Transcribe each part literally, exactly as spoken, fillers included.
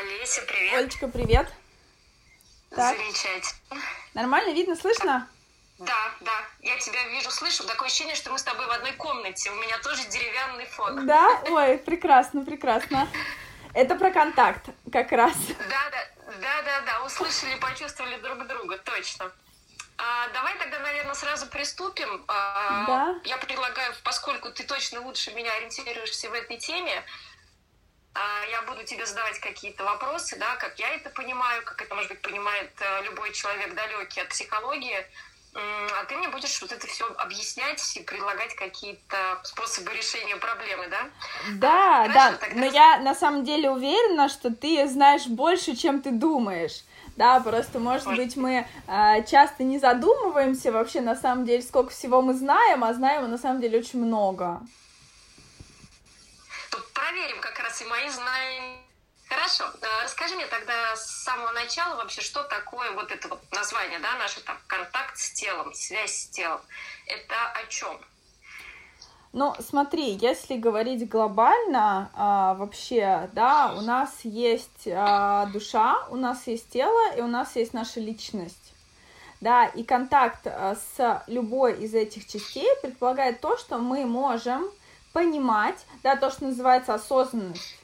Олеся, привет. Олечка, привет. Так. Замечательно. Нормально видно, слышно? Да, да. Я тебя вижу, слышу. Такое ощущение, что мы с тобой в одной комнате. У меня тоже деревянный фон. Да? Ой, прекрасно, прекрасно. Это про контакт как раз. Да, да, да, да, да. Услышали, почувствовали друг друга, точно. А, давай тогда, наверное, сразу приступим. А, Да. Я предлагаю, поскольку ты точно лучше меня ориентируешься в этой теме, а, я буду тебе задавать какие-то вопросы, да, как я это понимаю, как это, может быть, понимает любой человек далекий от психологии. А ты мне будешь вот это все объяснять и предлагать какие-то способы решения проблемы, да? Да, а, да, хорошо, тогда... но я на самом деле уверена, что ты знаешь больше, чем ты думаешь. Да, просто, может Может. быть, мы э, часто не задумываемся вообще, на самом деле, сколько всего мы знаем, а знаем мы, на самом деле, очень много. Тут проверим как раз и мои знания. Хорошо, расскажи мне тогда с самого начала вообще, что такое вот это вот название, да, наше там контакт с телом, связь с телом. Это о чем? Ну, смотри, если говорить глобально, а, вообще, да, у нас есть а, душа, у нас есть тело, и у нас есть наша личность. Да, и контакт а, с любой из этих частей предполагает то, что мы можем понимать, да, то, что называется осознанность,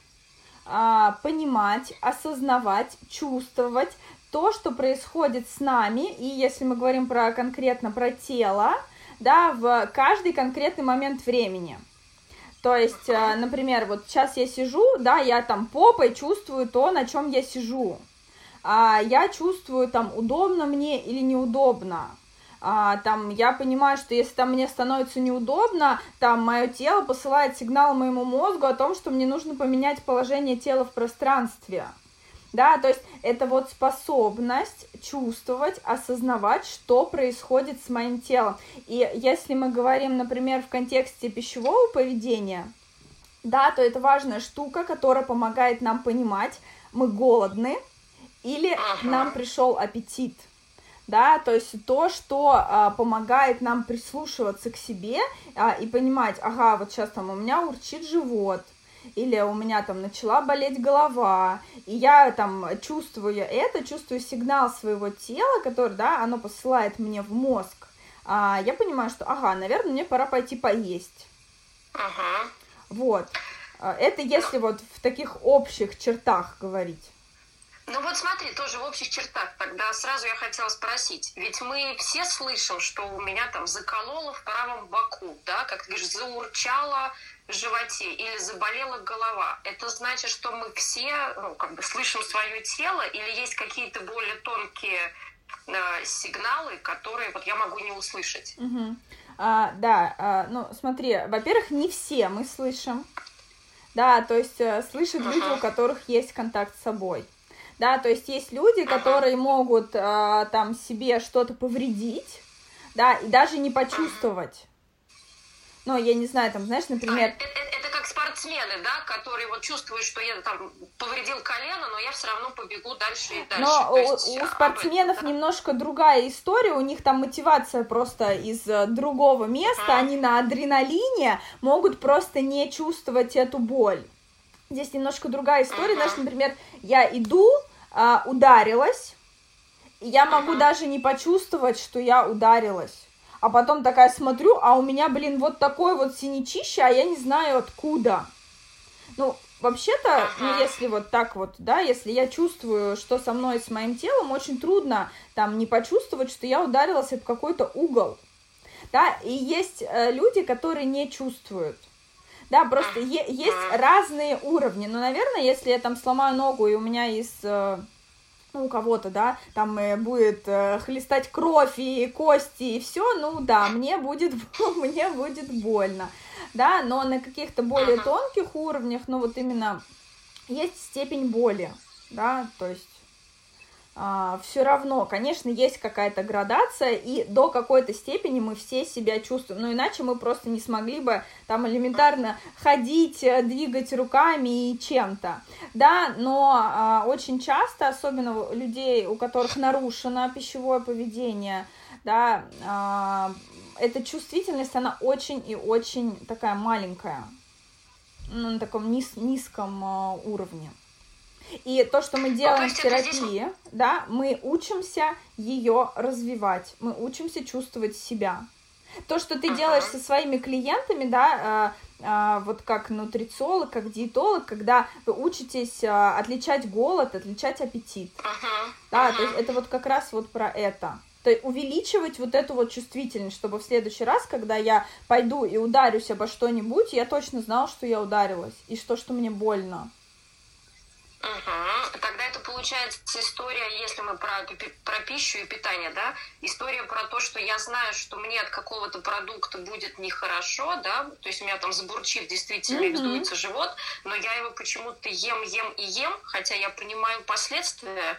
а, понимать, осознавать, чувствовать то, что происходит с нами, и если мы говорим про конкретно про тело, да, в каждый конкретный момент времени. То есть, например, вот сейчас я сижу, да, я там попой чувствую то, на чем я сижу. А я чувствую, там, удобно мне или неудобно. А, там, я понимаю, что если там мне становится неудобно, там, мое тело посылает сигнал моему мозгу о том, что мне нужно поменять положение тела в пространстве. Да, то есть это вот способность чувствовать, осознавать, что происходит с моим телом. И если мы говорим, например, в контексте пищевого поведения, да, то это важная штука, которая помогает нам понимать, мы голодны или Ага. нам пришел аппетит. Да, то есть то, что а, помогает нам прислушиваться к себе а, и понимать, ага, вот сейчас там у меня урчит живот, или у меня там начала болеть голова, и я там чувствую это, чувствую сигнал своего тела, который, да, оно посылает мне в мозг, а, я понимаю, что, ага, наверное, мне пора пойти поесть. Ага. Вот. Это если вот в таких общих чертах говорить. Ну вот смотри, тоже в общих чертах, тогда сразу я хотела спросить, ведь мы все слышим, что у меня там закололо в правом боку, да, как ты говоришь, заурчало в животе или заболела голова. Это значит, что мы все, ну, как бы слышим свое тело, или есть какие-то более тонкие э, сигналы, которые вот я могу не услышать? Угу. А, да, а, ну смотри, во-первых, не все мы слышим, да, то есть э, слышат Uh-huh. люди, у которых есть контакт с собой. Да, то есть есть люди, которые могут а, там себе что-то повредить, да, и даже не почувствовать. Ну, я не знаю, там, знаешь, например... А, это, это как спортсмены, да, которые вот чувствуют, что я там повредил колено, но я все равно побегу дальше и дальше. Но есть, у, у спортсменов этом, да? немножко другая история, у них там мотивация просто из другого места, А. они на адреналине могут просто не чувствовать эту боль. Здесь немножко другая история, Uh-huh. знаешь, например, я иду, а, ударилась, и я могу Uh-huh. даже не почувствовать, что я ударилась, а потом такая смотрю, а у меня, блин, вот такое вот синячище, а я не знаю откуда. Ну, вообще-то, Uh-huh. ну, если вот так вот, да, если я чувствую, что со мной, с моим телом, очень трудно там не почувствовать, что я ударилась об какой-то угол, да, и есть э, люди, которые не чувствуют. Да, просто е- есть разные уровни. Но, наверное, если я там сломаю ногу, и у меня из, э, ну, у кого-то, да, там э, будет э, хлестать кровь и кости, и все, ну, да, мне будет, мне будет больно. Да, но на каких-то более тонких уровнях, ну, вот именно есть степень боли, да, то есть а, все равно, конечно, есть какая-то градация, и до какой-то степени мы все себя чувствуем, но иначе мы просто не смогли бы там элементарно ходить, двигать руками и чем-то, да, но а, очень часто, особенно у людей, у которых нарушено пищевое поведение, да, а, эта чувствительность, она очень и очень такая маленькая, ну, на таком низ, низком а, уровне. И то, что мы делаем ну, в терапии, здесь... да, мы учимся ее развивать, мы учимся чувствовать себя. То, что ты uh-huh. делаешь со своими клиентами, да, э, э, вот как нутрициолог, как диетолог, когда вы учитесь э, отличать голод, отличать аппетит. Uh-huh. Да, uh-huh. то есть это вот как раз вот про это. То есть увеличивать вот эту вот чувствительность, чтобы в следующий раз, когда я пойду и ударюсь обо что-нибудь, я точно знала, что я ударилась, и что, что мне больно. Угу. Тогда это получается история, если мы про, про пищу и питание, да, история про то, что я знаю, что мне от какого-то продукта будет нехорошо, да, то есть у меня там забурчит действительно и вздуется живот, но я его почему-то ем, ем и ем, хотя я понимаю последствия.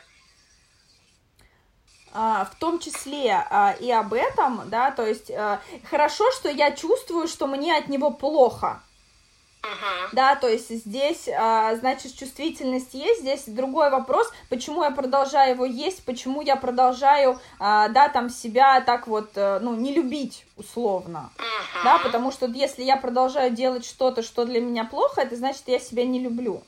А, в том числе а, и об этом, да, то есть а, хорошо, что я чувствую, что мне от него плохо. Uh-huh. Да, то есть здесь, а, значит, чувствительность есть, здесь другой вопрос, почему я продолжаю его есть, почему я продолжаю, а, да, там себя так вот, ну, не любить условно, uh-huh. да, потому что если я продолжаю делать что-то, что для меня плохо, это значит, я себя не люблю.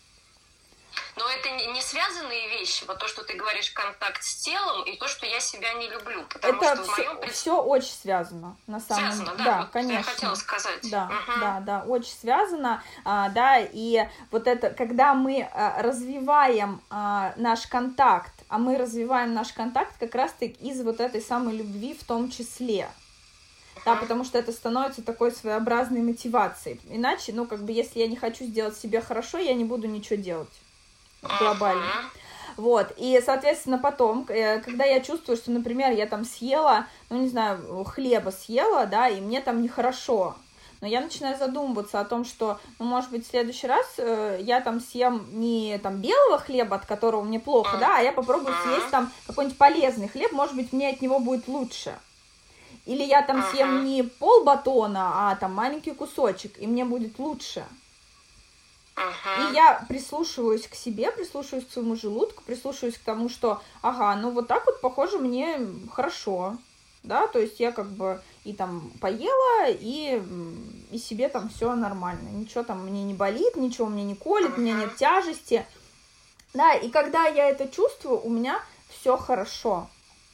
Но это не связанные вещи, вот то, что ты говоришь, контакт с телом, и то, что я себя не люблю, потому это что в все, моем... все очень связано, на самом деле. Связано, да, да, вот конечно. Я хотела сказать. Да, угу. да, да, очень связано, а, да, и вот это, когда мы а, развиваем а, наш контакт, а мы развиваем наш контакт как раз-таки из вот этой самой любви в том числе. Да, потому что это становится такой своеобразной мотивацией. Иначе, ну, как бы, если я не хочу сделать себе хорошо, я не буду ничего делать глобально. Uh-huh. Вот, и, соответственно, потом, когда я чувствую, что, например, я там съела, ну, не знаю, хлеба съела, да, и мне там нехорошо, но я начинаю задумываться о том, что, ну, может быть, в следующий раз э, я там съем не там белого хлеба, от которого мне плохо, uh-huh. да, а я попробую uh-huh. съесть там какой-нибудь полезный хлеб, может быть, мне от него будет лучше. Или я там uh-huh. съем не пол батона, а там маленький кусочек, и мне будет лучше. Uh-huh. И я прислушиваюсь к себе, прислушиваюсь к своему желудку, прислушиваюсь к тому, что, ага, ну вот так вот, похоже, мне хорошо, да, то есть я как бы и там поела, и, и себе там все нормально, ничего там мне не болит, ничего мне не колет, uh-huh. у меня нет тяжести, да, и когда я это чувствую, у меня все хорошо.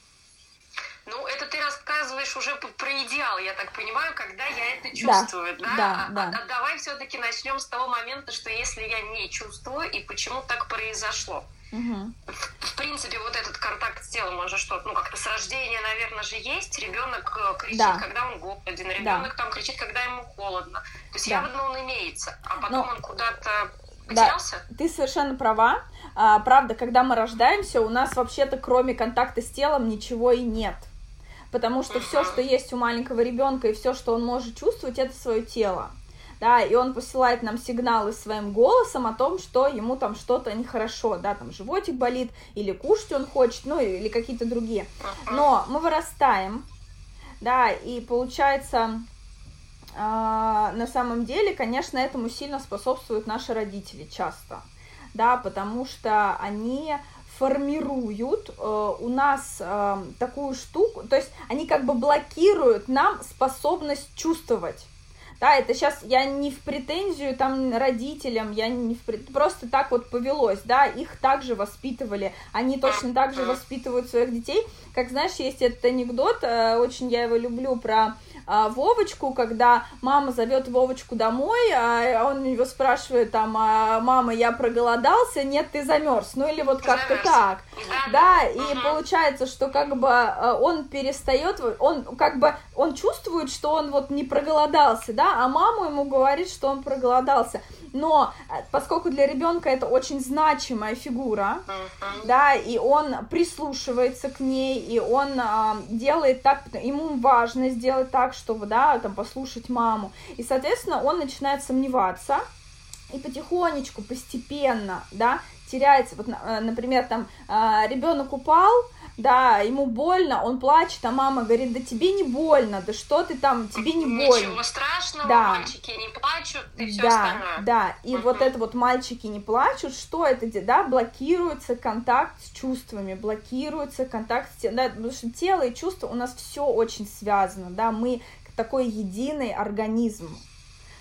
Ну, это ты рассказываешь уже про идеал, я так понимаю, когда я это чувствую, да? Да, а, да. А, а давай все-таки начнем с того момента, что если я не чувствую, и почему так произошло. Угу. В, в принципе, вот этот контакт с телом, он же что, ну, как-то с рождения, наверное, же есть. Ребенок кричит, да. когда он голоден, ребенок да. там кричит, когда ему холодно. То есть да. явно он имеется, а потом Но... он куда-то... Потерялся? Да, ты совершенно права. А, правда, когда мы рождаемся, у нас вообще-то кроме контакта с телом ничего и нет. Потому что uh-huh. все, что есть у маленького ребенка и все, что он может чувствовать, это свое тело. Да, и он посылает нам сигналы своим голосом о том, что ему там что-то нехорошо, да, там животик болит, или кушать он хочет, ну, или какие-то другие. Uh-huh. Но мы вырастаем, да, и получается, э, на самом деле, конечно, этому сильно способствуют наши родители часто, да, потому что они... формируют э, у нас э, такую штуку, то есть они как бы блокируют нам способность чувствовать. Да, это сейчас я не в претензию там родителям, я не в прет... просто так вот повелось, да, их также воспитывали, они точно так же воспитывают своих детей, как, знаешь, есть этот анекдот, э, очень я его люблю, про э, Вовочку, когда мама зовет Вовочку домой, а он его спрашивает там, а, мама, я проголодался, нет, ты замерз, ну или вот как-то замерз. Так, да, и угу. получается, что как бы он перестает, он как бы, он чувствует, что он вот не проголодался, да, а мама ему говорит, что он проголодался. Но поскольку для ребенка это очень значимая фигура, uh-huh. да, и он прислушивается к ней, и он а, делает так, ему важно сделать так, чтобы, да, там, послушать маму. И, соответственно, он начинает сомневаться, и потихонечку, постепенно, да, теряется. Вот, например, там ребенок упал, да, ему больно, он плачет, а мама говорит, да тебе не больно, да что ты там, тебе не больно. Ничего страшного, да. мальчики не плачут и все да, остальное. Да, и uh-huh. вот это вот мальчики не плачут, что это, да, блокируется контакт с чувствами, блокируется контакт с телом, да, потому что тело и чувства у нас все очень связано, да, мы такой единый организм.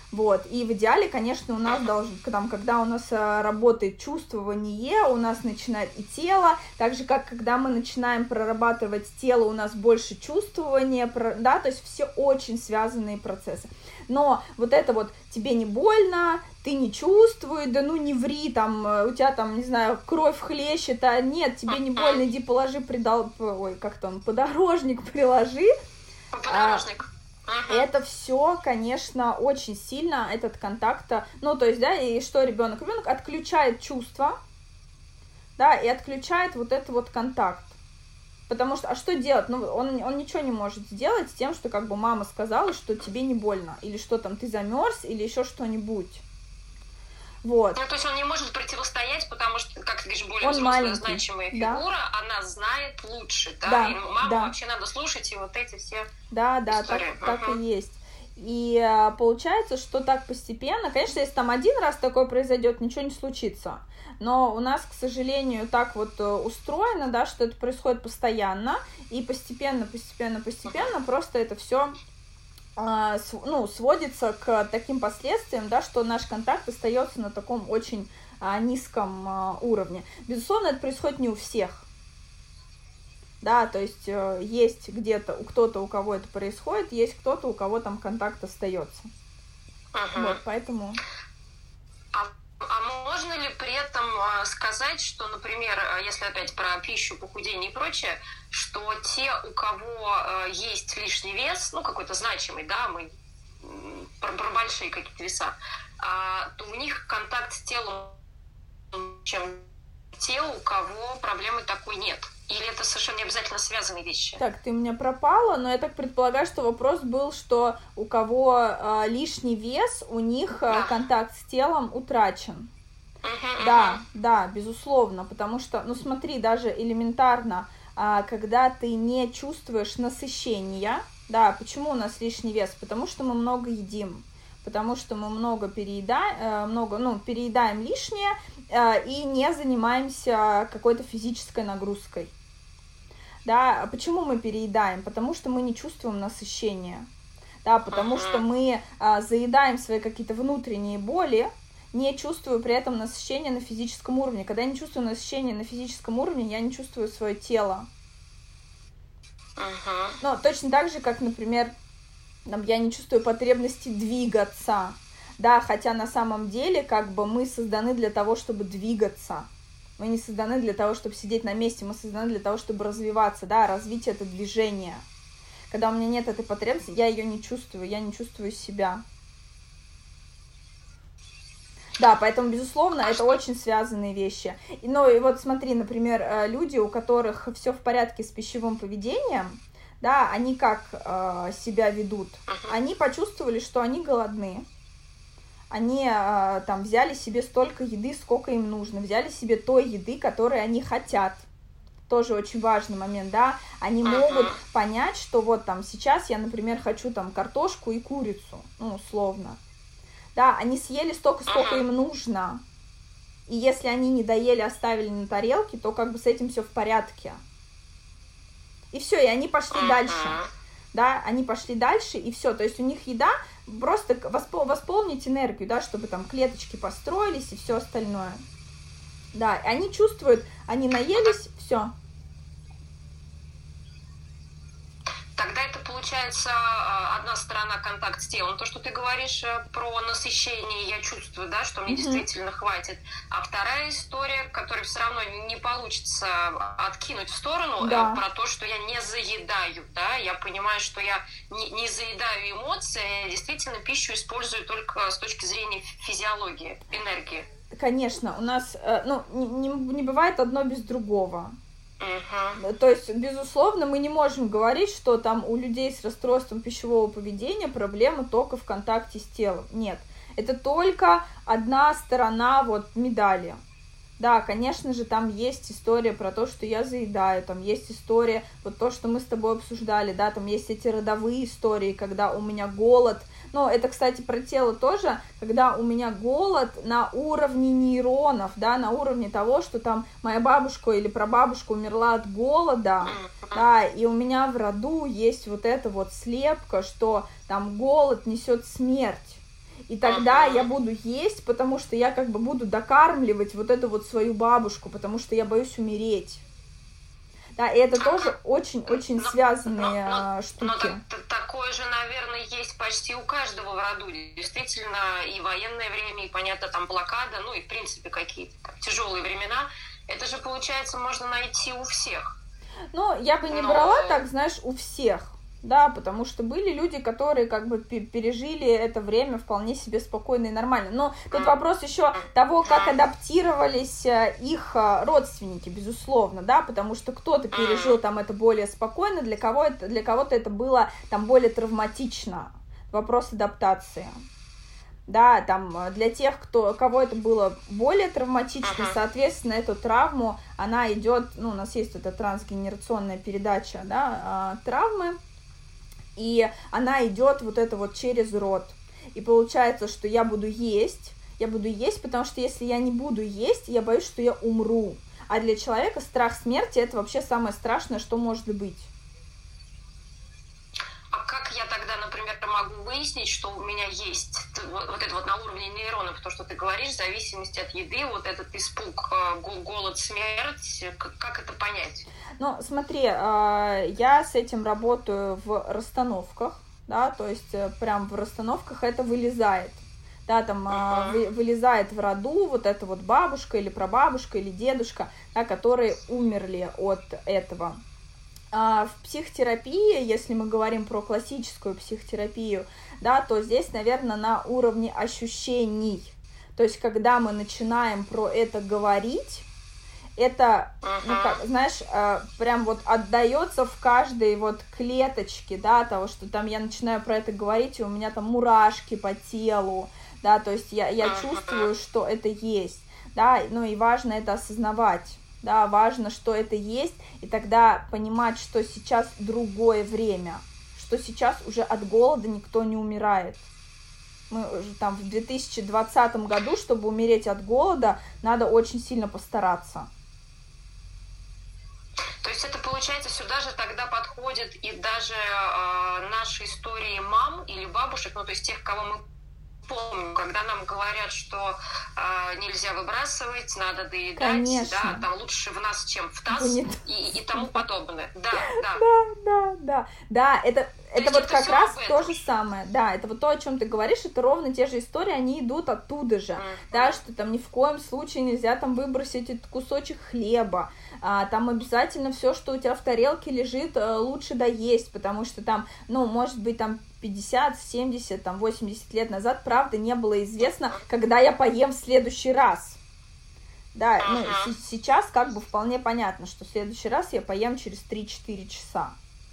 Вот, и в идеале, конечно, у нас должен, там, когда у нас а, работает чувствование, у нас начинает и тело, так же, как когда мы начинаем прорабатывать тело, у нас больше чувствования, да, то есть все очень связанные процессы. Но вот это вот тебе не больно, ты не чувствуешь, да ну не ври, там, у тебя там, не знаю, кровь хлещет, а нет, тебе не больно, иди положи, придал, ой, как там, подорожник приложи. Подорожник. Uh-huh. Это все, конечно, очень сильно этот контакт, ну, то есть, да, и что ребенок? Ребенок отключает чувства, да, и отключает вот этот вот контакт. Потому что, а что делать? Ну, он, он ничего не может сделать с тем, что как бы мама сказала, что тебе не больно, или что там, ты замерз, или еще что-нибудь. Вот. Ну, то есть он не может противостоять, потому что, как ты говоришь, более он взрослая, маленький, значимая да? фигура, она знает лучше, да? Да, и маму да. вообще надо слушать, и вот эти все Да, да, так, истории. так Uh-huh. и есть. И а, получается, что так постепенно, конечно, если там один раз такое произойдет, ничего не случится. Но у нас, к сожалению, так вот устроено, да, что это происходит постоянно, и постепенно, постепенно, постепенно uh-huh. просто это все а, с, ну, сводится к таким последствиям, да, что наш контакт остается на таком очень а, низком а, уровне. Безусловно, это происходит не у всех. Да, то есть э, есть где-то у кто-то, у кого это происходит, есть кто-то, у кого там контакт остается. Uh-huh. Вот, поэтому... А, а можно ли при этом э, сказать, что, например, если опять про пищу, похудение и прочее, что те, у кого э, есть лишний вес, ну, какой-то значимый, да, мы про, про большие какие-то веса, э, то у них контакт с телом, чем те, у кого проблемы такой нет? Или это совершенно не обязательно связанные вещи? Так, ты у меня пропала, но я так предполагаю, что вопрос был, что у кого э, лишний вес, у них э, да. контакт с телом утрачен. Uh-huh, да, uh-huh. да, безусловно, потому что, ну смотри, даже элементарно, э, когда ты не чувствуешь насыщения, да, почему у нас лишний вес? Потому что мы много едим. Потому что мы много переедаем, много, ну, переедаем лишнее э, и не занимаемся какой-то физической нагрузкой. Да, почему мы переедаем? Потому что мы не чувствуем насыщения. Да, потому что мы э, заедаем свои какие-то внутренние боли, не чувствуя при этом насыщения на физическом уровне. Когда я не чувствую насыщения на физическом уровне, я не чувствую свое тело. Uh-huh. Ну, точно так же, как, например, я не чувствую потребности двигаться, да, хотя на самом деле, как бы, мы созданы для того, чтобы двигаться, мы не созданы для того, чтобы сидеть на месте, мы созданы для того, чтобы развиваться, да, развить это движение. Когда у меня нет этой потребности, я ее не чувствую, я не чувствую себя. Да, поэтому, безусловно, это очень связанные вещи. Ну, и вот смотри, например, люди, у которых все в порядке с пищевым поведением, да, они как э, себя ведут? Uh-huh. Они почувствовали, что они голодны. Они э, там взяли себе столько еды, сколько им нужно. Взяли себе той еды, которой они хотят. Тоже очень важный момент, да. Они uh-huh. могут понять, что вот там сейчас я, например, хочу там картошку и курицу, ну, условно. Да, они съели столько, сколько uh-huh. им нужно. И если они не доели, оставили на тарелке, то как бы с этим все в порядке. И все, и они пошли uh-huh. дальше, да, они пошли дальше, и все, то есть у них еда, просто воспол- восполнить энергию, да, чтобы там клеточки построились и все остальное, да, они чувствуют, они наелись, все. Тогда это получается одна сторона контакт с телом, то, что ты говоришь про насыщение, я чувствую, да, что мне mm-hmm. действительно хватит, а вторая история, которую все равно не получится откинуть в сторону, да. про то, что я не заедаю, да, я понимаю, что я не, не заедаю эмоции, я действительно пищу использую только с точки зрения физиологии, энергии. Конечно, у нас, ну, не, не бывает одно без другого. Uh-huh. То есть, безусловно, мы не можем говорить, что там у людей с расстройством пищевого поведения проблема только в контакте с телом. Нет, это только одна сторона вот медали. Да, конечно же, там есть история про то, что я заедаю, там есть история, вот то, что мы с тобой обсуждали, да, там есть эти родовые истории, когда у меня голод, ну, это, кстати, про тело тоже, когда у меня голод на уровне нейронов, да, на уровне того, что там моя бабушка или прабабушка умерла от голода, да, и у меня в роду есть вот эта вот слепка, что там голод несет смерть. и тогда uh-huh. я буду есть, потому что я как бы буду докармливать вот эту вот свою бабушку, потому что я боюсь умереть. Да, и это тоже очень-очень связанные но, но, штуки. Но так, такое же, наверное, есть почти у каждого в роду. Действительно, и военное время, и, понятно, там блокада, ну и, в принципе, какие-то тяжелые времена. Это же, получается, можно найти у всех. Ну, я бы не но... брала так, знаешь, у всех. Да, потому что были люди, которые как бы пережили это время вполне себе спокойно и нормально. Но тут вопрос еще того, как адаптировались их родственники, безусловно, да, потому что кто-то пережил там это более спокойно, для кого это, для кого-то это было там более травматично. Вопрос адаптации. Да, там для тех, кто, кого это было более травматично, соответственно, эту травму, она идет, ну, у нас есть эта трансгенерационная передача, да, травмы. И она идет вот это вот через рот. И получается, что я буду есть, я буду есть, потому что если я не буду есть, я боюсь, что я умру. А для человека страх смерти – это вообще самое страшное, что может быть. А как я тогда, например, могу выяснить, что у меня есть вот, вот это вот на уровне нейронов, то, что ты говоришь, в зависимости от еды, вот этот испуг, голод, смерть, как это понять? Ну, смотри, я с этим работаю в расстановках, да, то есть прям в расстановках это вылезает. Да, там uh-huh. вы, вылезает в роду вот эта вот бабушка или прабабушка или дедушка, да, которые умерли от этого. А в психотерапии, если мы говорим про классическую психотерапию, да, то здесь, наверное, на уровне ощущений. То есть, когда мы начинаем про это говорить, это, uh-huh. ну, как, знаешь, прям вот отдается в каждой вот клеточке, да, того, что там я начинаю про это говорить, и у меня там мурашки по телу, да, то есть я, я uh-huh. чувствую, что это есть, да, ну и важно это осознавать. Да, важно, что это есть, и тогда понимать, что сейчас другое время, что сейчас уже от голода никто не умирает. Мы уже там в две тысячи двадцатом году, чтобы умереть от голода, надо очень сильно постараться. То есть это, получается, сюда же тогда подходят и даже э, наши истории мам или бабушек, ну, то есть тех, кого мы помню, когда нам говорят, что э, нельзя выбрасывать, надо доедать, конечно. Да, там лучше в нас, чем в таз и, и тому подобное. Да, да. Да, да, да. Да, это, это вот это как раз то же самое. Да, это вот то, о чем ты говоришь, это ровно те же истории, они идут оттуда же. Mm-hmm. Да, что там ни в коем случае нельзя там выбросить этот кусочек хлеба. А, там обязательно все, что у тебя в тарелке лежит, лучше доесть, потому что там, ну, может быть, там пятьдесят, семьдесят, там, восемьдесят лет назад, правда, не было известно, когда я поем в следующий раз. Да, ну, uh-huh. с- сейчас как бы вполне понятно, что в следующий раз я поем через три-четыре часа.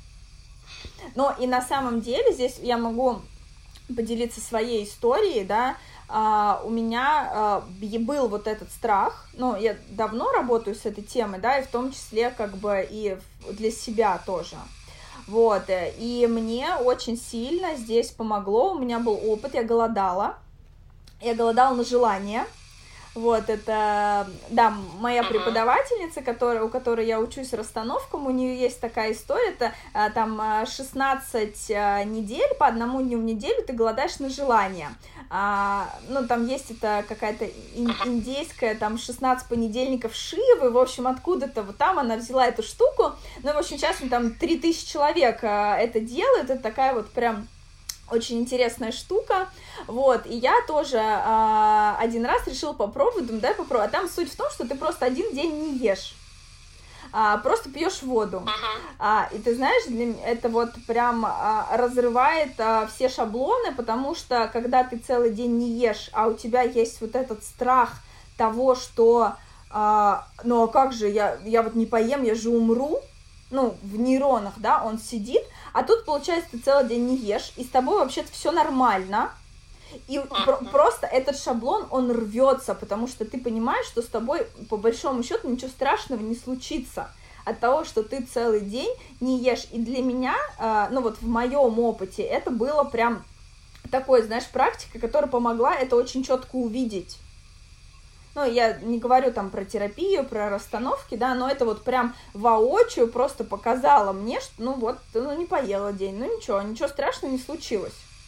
Но и на самом деле здесь я могу поделиться своей историей, да, а, у меня а, был вот этот страх, ну, я давно работаю с этой темой, да, и в том числе как бы и для себя тоже. Вот, и мне очень сильно здесь помогло, у меня был опыт, я голодала, я голодала на желание, вот, это, да, моя преподавательница, которая, у которой я учусь расстановкам, у нее есть такая история, это там шестнадцать недель, по одному дню в неделю ты голодаешь на желание, а, ну, там есть это какая-то индейская, там шестнадцать понедельников Шивы, в общем, откуда-то вот там она взяла эту штуку, ну, в общем, сейчас там три тысячи человек это делают, это такая вот прям очень интересная штука, вот, и я тоже э, один раз решила попробовать, думаю, дай попробую, а там суть в том, что ты просто один день не ешь, а, просто пьешь воду, uh-huh. а, и ты знаешь, для меня это вот прям а, разрывает а, все шаблоны, потому что когда ты целый день не ешь, а у тебя есть вот этот страх того, что, а, ну, а как же, я, я вот не поем, я же умру, ну, в нейронах, да, он сидит, а тут, получается, ты целый день не ешь, и с тобой вообще-то все нормально, и uh-huh. про- просто этот шаблон, он рвется, потому что ты понимаешь, что с тобой, по большому счету, ничего страшного не случится от того, что ты целый день не ешь. И для меня, э, ну вот в моем опыте, это было прям такой, знаешь, практика, которая помогла это очень четко увидеть. Ну, я не говорю там про терапию, про расстановки, да, но это вот прям воочию просто показало мне, что, ну, вот, ну, не поела день, ну, ничего, ничего страшного не случилось.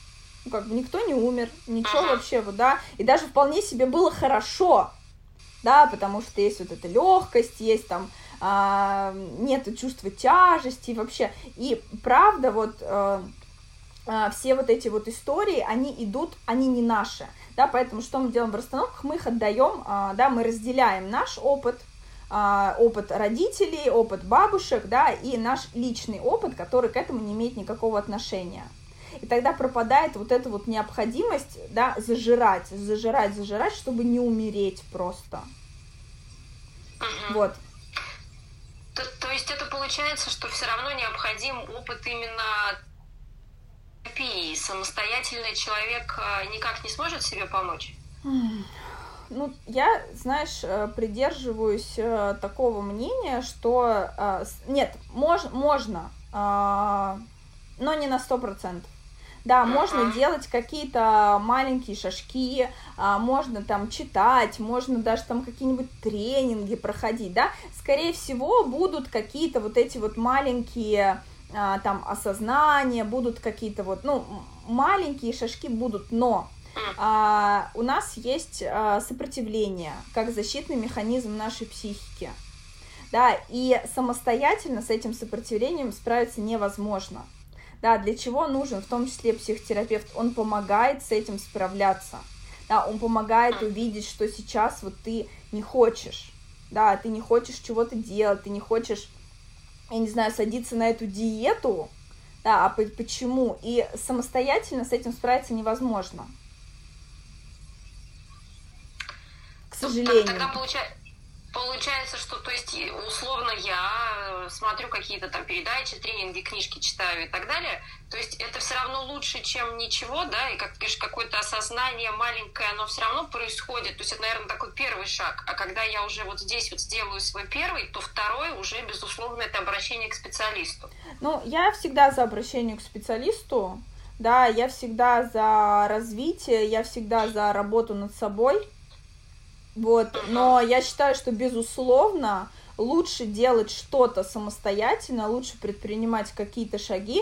Ну, как бы никто не умер, ничего вообще, вот, да, и даже вполне себе было хорошо, да, потому что есть вот эта легкость, есть там, а, нету чувства тяжести вообще, и правда, вот, а, а, все вот эти вот истории, они идут, они не наши, да, поэтому что мы делаем в расстановках, мы их отдаем, а, да, мы разделяем наш опыт, а, опыт родителей, опыт бабушек, да, и наш личный опыт, который к этому не имеет никакого отношения. И тогда пропадает вот эта вот необходимость, да, зажирать, зажирать, зажирать, чтобы не умереть просто. Угу. Вот. То, то есть это получается, что все равно необходим опыт именно терапии. Самостоятельный человек никак не сможет себе помочь? Ну, я, знаешь, придерживаюсь такого мнения, что нет, мож, можно, но не на сто процентов. Да, uh-huh. можно делать какие-то маленькие шажки, а, можно там читать, можно даже там какие-нибудь тренинги проходить, да, скорее всего будут какие-то вот эти вот маленькие а, там осознания, будут какие-то вот, ну, маленькие шажки будут, но а, у нас есть а, сопротивление, как защитный механизм нашей психики, да, и самостоятельно с этим сопротивлением справиться невозможно. Да, для чего нужен, в том числе психотерапевт, он помогает с этим справляться, да, он помогает увидеть, что сейчас вот ты не хочешь, да, ты не хочешь чего-то делать, ты не хочешь, я не знаю, садиться на эту диету, да, а почему, и самостоятельно с этим справиться невозможно, к сожалению. Тогда получается... Получается, что, то есть, условно, я смотрю какие-то там передачи, тренинги, книжки читаю и так далее, то есть это все равно лучше, чем ничего, да, и, как ты говоришь, какое-то осознание маленькое, оно все равно происходит, то есть это, наверное, такой первый шаг, а когда я уже вот здесь вот сделаю свой первый, то второй уже, безусловно, это обращение к специалисту. Ну, я всегда за обращение к специалисту, да, я всегда за развитие, я всегда за работу над собой. Вот, но я считаю, что, безусловно, лучше делать что-то самостоятельно, лучше предпринимать какие-то шаги,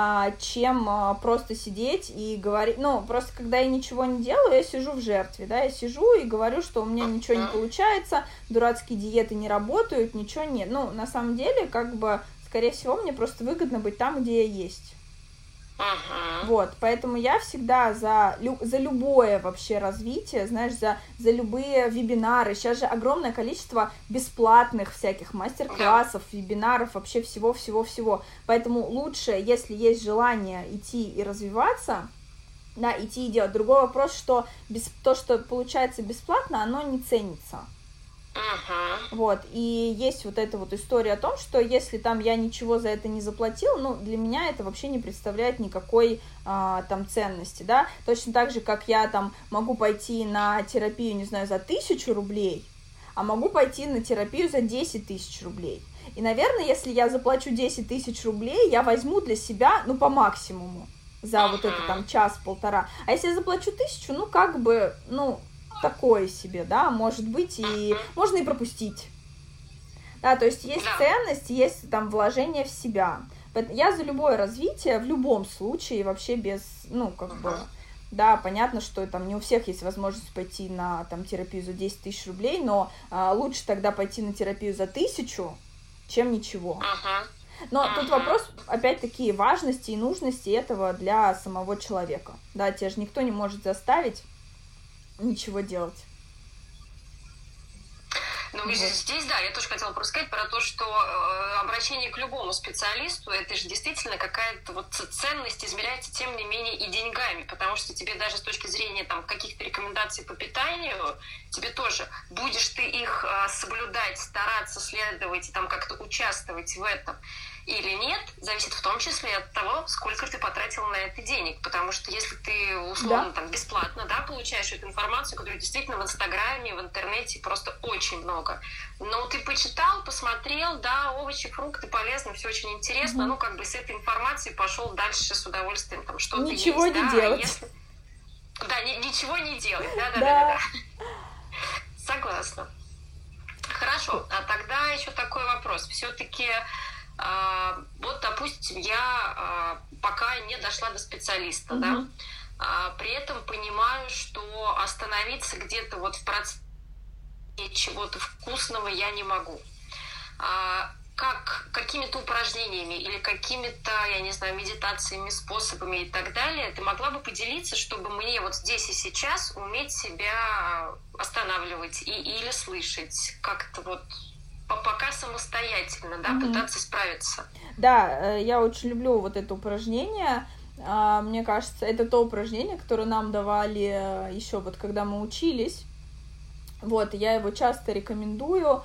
чем просто сидеть и говорить, ну, просто когда я ничего не делаю, я сижу в жертве, да, я сижу и говорю, что у меня ничего не получается, дурацкие диеты не работают, ничего нет, ну, на самом деле, как бы, скорее всего, мне просто выгодно быть там, где я есть. Uh-huh. Вот, поэтому я всегда за, за любое вообще развитие, знаешь, за, за любые вебинары. Сейчас же огромное количество бесплатных всяких мастер-классов, yeah. вебинаров, вообще всего-всего-всего. Поэтому лучше, если есть желание идти и развиваться, да, идти и делать. Другой вопрос, что без, то, что получается бесплатно, оно не ценится. Uh-huh. Вот, и есть вот эта вот история о том, что если там я ничего за это не заплатила, ну, для меня это вообще не представляет никакой а, там ценности, да, точно так же, как я там могу пойти на терапию, не знаю, за тысячу рублей, а могу пойти на терапию за десять тысяч рублей. И, наверное, если я заплачу десять тысяч рублей, я возьму для себя, ну, по максимуму за uh-huh. вот это там час-полтора, а если я заплачу тысячу, ну, как бы, ну... такое себе, да, может быть, и можно и пропустить. Да, то есть есть ценность, есть там вложение в себя. Я за любое развитие, в любом случае, вообще без, ну, как бы, да, понятно, что там не у всех есть возможность пойти на там терапию за десять тысяч рублей, но а, лучше тогда пойти на терапию за тысячу, чем ничего. Но тут вопрос, опять-таки, важности и нужности этого для самого человека. Да, тебя же никто не может заставить ничего делать. Ну, вот. Здесь, да, я тоже хотела просто сказать про то, что э, обращение к любому специалисту, это же действительно какая-то вот ценность измеряется, тем не менее, и деньгами, потому что тебе даже с точки зрения там каких-то рекомендаций по питанию, тебе тоже, будешь ты их э, соблюдать, стараться следовать и там как-то участвовать в этом или нет, зависит в том числе от того, сколько ты потратил на это денег, потому что если ты условно да. там бесплатно, да, получаешь эту информацию, которую действительно в Инстаграме, в интернете просто очень много, но ты почитал, посмотрел, да, овощи, фрукты полезно, все очень интересно, угу. ну как бы с этой информацией пошел дальше с удовольствием, там что-то ничего есть, не да, делать. Если... Да, ни, ничего не делать, да, да, да, да, да. Согласна. Хорошо, а тогда еще такой вопрос, все-таки Uh, вот, допустим, я uh, пока не дошла до специалиста, uh-huh. да, а при этом понимаю, что остановиться где-то вот в процессе чего-то вкусного я не могу. А как какими-то упражнениями или какими-то, я не знаю, медитациями, способами и так далее, ты могла бы поделиться, чтобы мне вот здесь и сейчас уметь себя останавливать и, или слышать как-то вот пока самостоятельно, да, mm-hmm. пытаться справиться. Да, я очень люблю вот это упражнение. Мне кажется, это то упражнение, которое нам давали еще вот когда мы учились. Вот, я его часто рекомендую.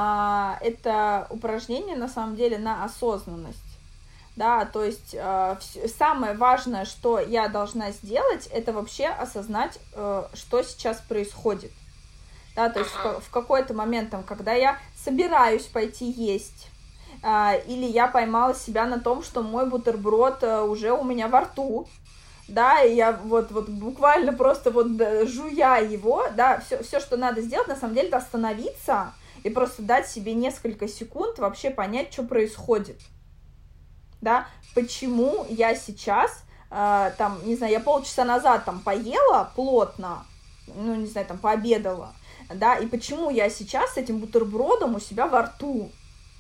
Это упражнение, на самом деле, на осознанность. Да, то есть самое важное, что я должна сделать, это вообще осознать, что сейчас происходит. Да, то есть в, в какой-то момент, там, когда я собираюсь пойти есть, или я поймала себя на том, что мой бутерброд уже у меня во рту, да, и я вот, вот буквально просто вот жуя его, да, все, все, что надо сделать, на самом деле, это остановиться и просто дать себе несколько секунд вообще понять, что происходит, да, почему я сейчас, э, там, не знаю, я полчаса назад там поела плотно, ну, не знаю, там, пообедала, да, и почему я сейчас с этим бутербродом у себя во рту,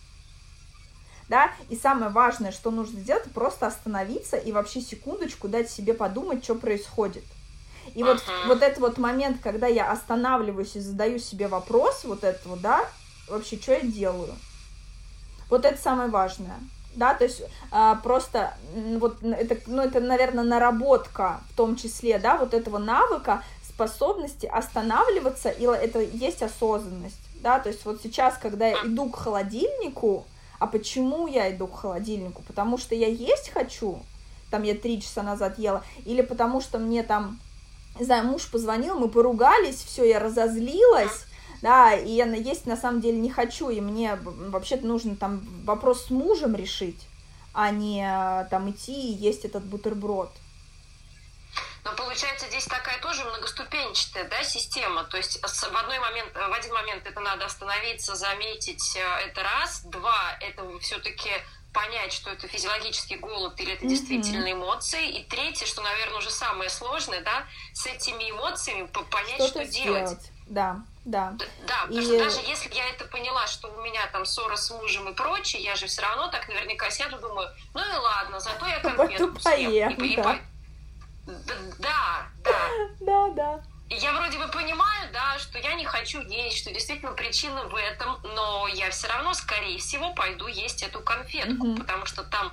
да, и самое важное, что нужно сделать, просто остановиться и вообще секундочку дать себе подумать, что происходит. И вот, uh-huh. вот этот вот момент, когда я останавливаюсь и задаю себе вопрос, вот этого, да, вообще, что я делаю, вот это самое важное, да, то есть а, просто вот это, ну, это, наверное, наработка в том числе, да, вот этого навыка, способности останавливаться, и это есть осознанность, да, то есть вот сейчас, когда я иду к холодильнику, а почему я иду к холодильнику? Потому что я есть хочу, там я три часа назад ела, или потому что мне там, не знаю, муж позвонил, мы поругались, все, я разозлилась, да, и я есть на самом деле не хочу, и мне вообще-то нужно там вопрос с мужем решить, а не там идти и есть этот бутерброд. Но получается, здесь такая тоже многоступенчатая, да, система. То есть в, одной момент, в один момент это надо остановиться, заметить, это раз. Два, это все-таки понять, что это физиологический голод или это mm-hmm. действительно эмоции. И третье, что, наверное, уже самое сложное, да, с этими эмоциями понять, что, что делать. Да, да. Да, потому и... что даже если я это поняла, что у меня там ссора с мужем и прочее, я же все равно так наверняка сяду, думаю, ну и ладно, зато я конфетку съем. И, да. и, Да, да. Да, да. И я вроде бы понимаю, да, что я не хочу есть, что действительно причина в этом, но я все равно, скорее всего, пойду есть эту конфетку, mm-hmm. потому что там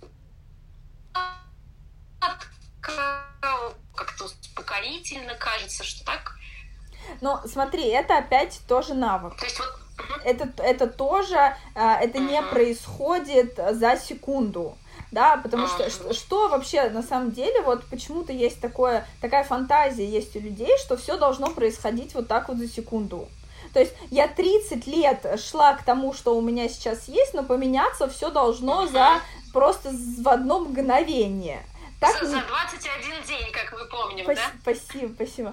как-то успокоительно кажется, что так. Ну, смотри, это опять тоже навык. То есть вот... Это, это тоже, это mm-hmm. не происходит за секунду. Да, потому что, что что вообще на самом деле, вот почему-то есть такое, такая фантазия есть у людей, что все должно происходить вот так вот за секунду. То есть я тридцать лет шла к тому, что у меня сейчас есть, но поменяться все должно uh-huh. за просто в одно мгновение. Так, за, за двадцать один день, как мы помним, Спас- да? Спасибо, спасибо.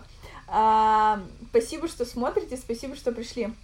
А, спасибо, что смотрите, спасибо, что пришли.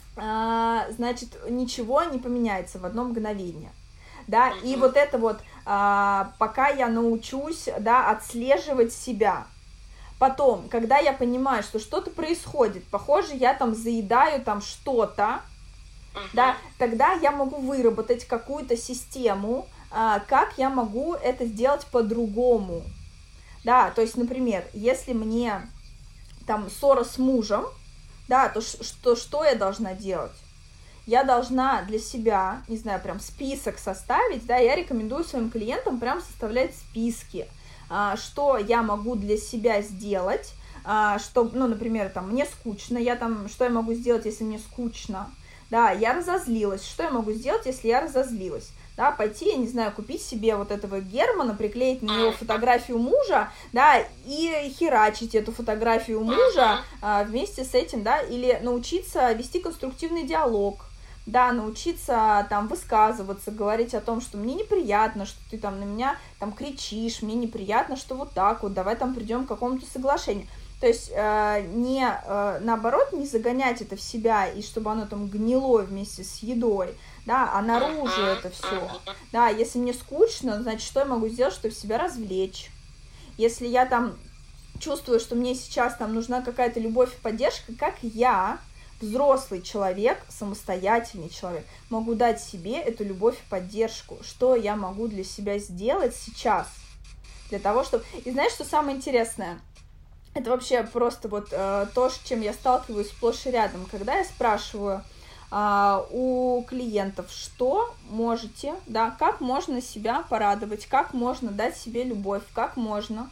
А, значит, ничего не поменяется в одно мгновение. Да, и вот это вот, а, пока я научусь, да, отслеживать себя. Потом, когда я понимаю, что что-то происходит, похоже, я там заедаю там что-то, uh-huh. да, тогда я могу выработать какую-то систему, а, как я могу это сделать по-другому. Да, то есть, например, если мне там ссора с мужем, да, то что, что я должна делать? Я должна для себя, не знаю, прям список составить, да, я рекомендую своим клиентам прям составлять списки, что я могу для себя сделать, что, ну, например, там, мне скучно, я там, что я могу сделать, если мне скучно, да, я разозлилась, что я могу сделать, если я разозлилась, да, пойти, я не знаю, купить себе вот этого Германа, приклеить на него фотографию мужа, да, и херачить эту фотографию мужа вместе с этим, да, или научиться вести конструктивный диалог, да, научиться там высказываться, говорить о том, что мне неприятно, что ты там на меня там кричишь, мне неприятно, что вот так вот, давай там придем к какому-то соглашению. То есть э, не, э, наоборот, не загонять это в себя, и чтобы оно там гнило вместе с едой, да, а наружу это все. Да, если мне скучно, значит, что я могу сделать, чтобы себя развлечь? Если я там чувствую, что мне сейчас там нужна какая-то любовь и поддержка, как я, взрослый человек, самостоятельный человек, могу дать себе эту любовь и поддержку, что я могу для себя сделать сейчас, для того, чтобы... И знаешь, что самое интересное? Это вообще просто вот э, то, с чем я сталкиваюсь сплошь и рядом, когда я спрашиваю э, у клиентов, что можете, да, как можно себя порадовать, как можно дать себе любовь, как можно...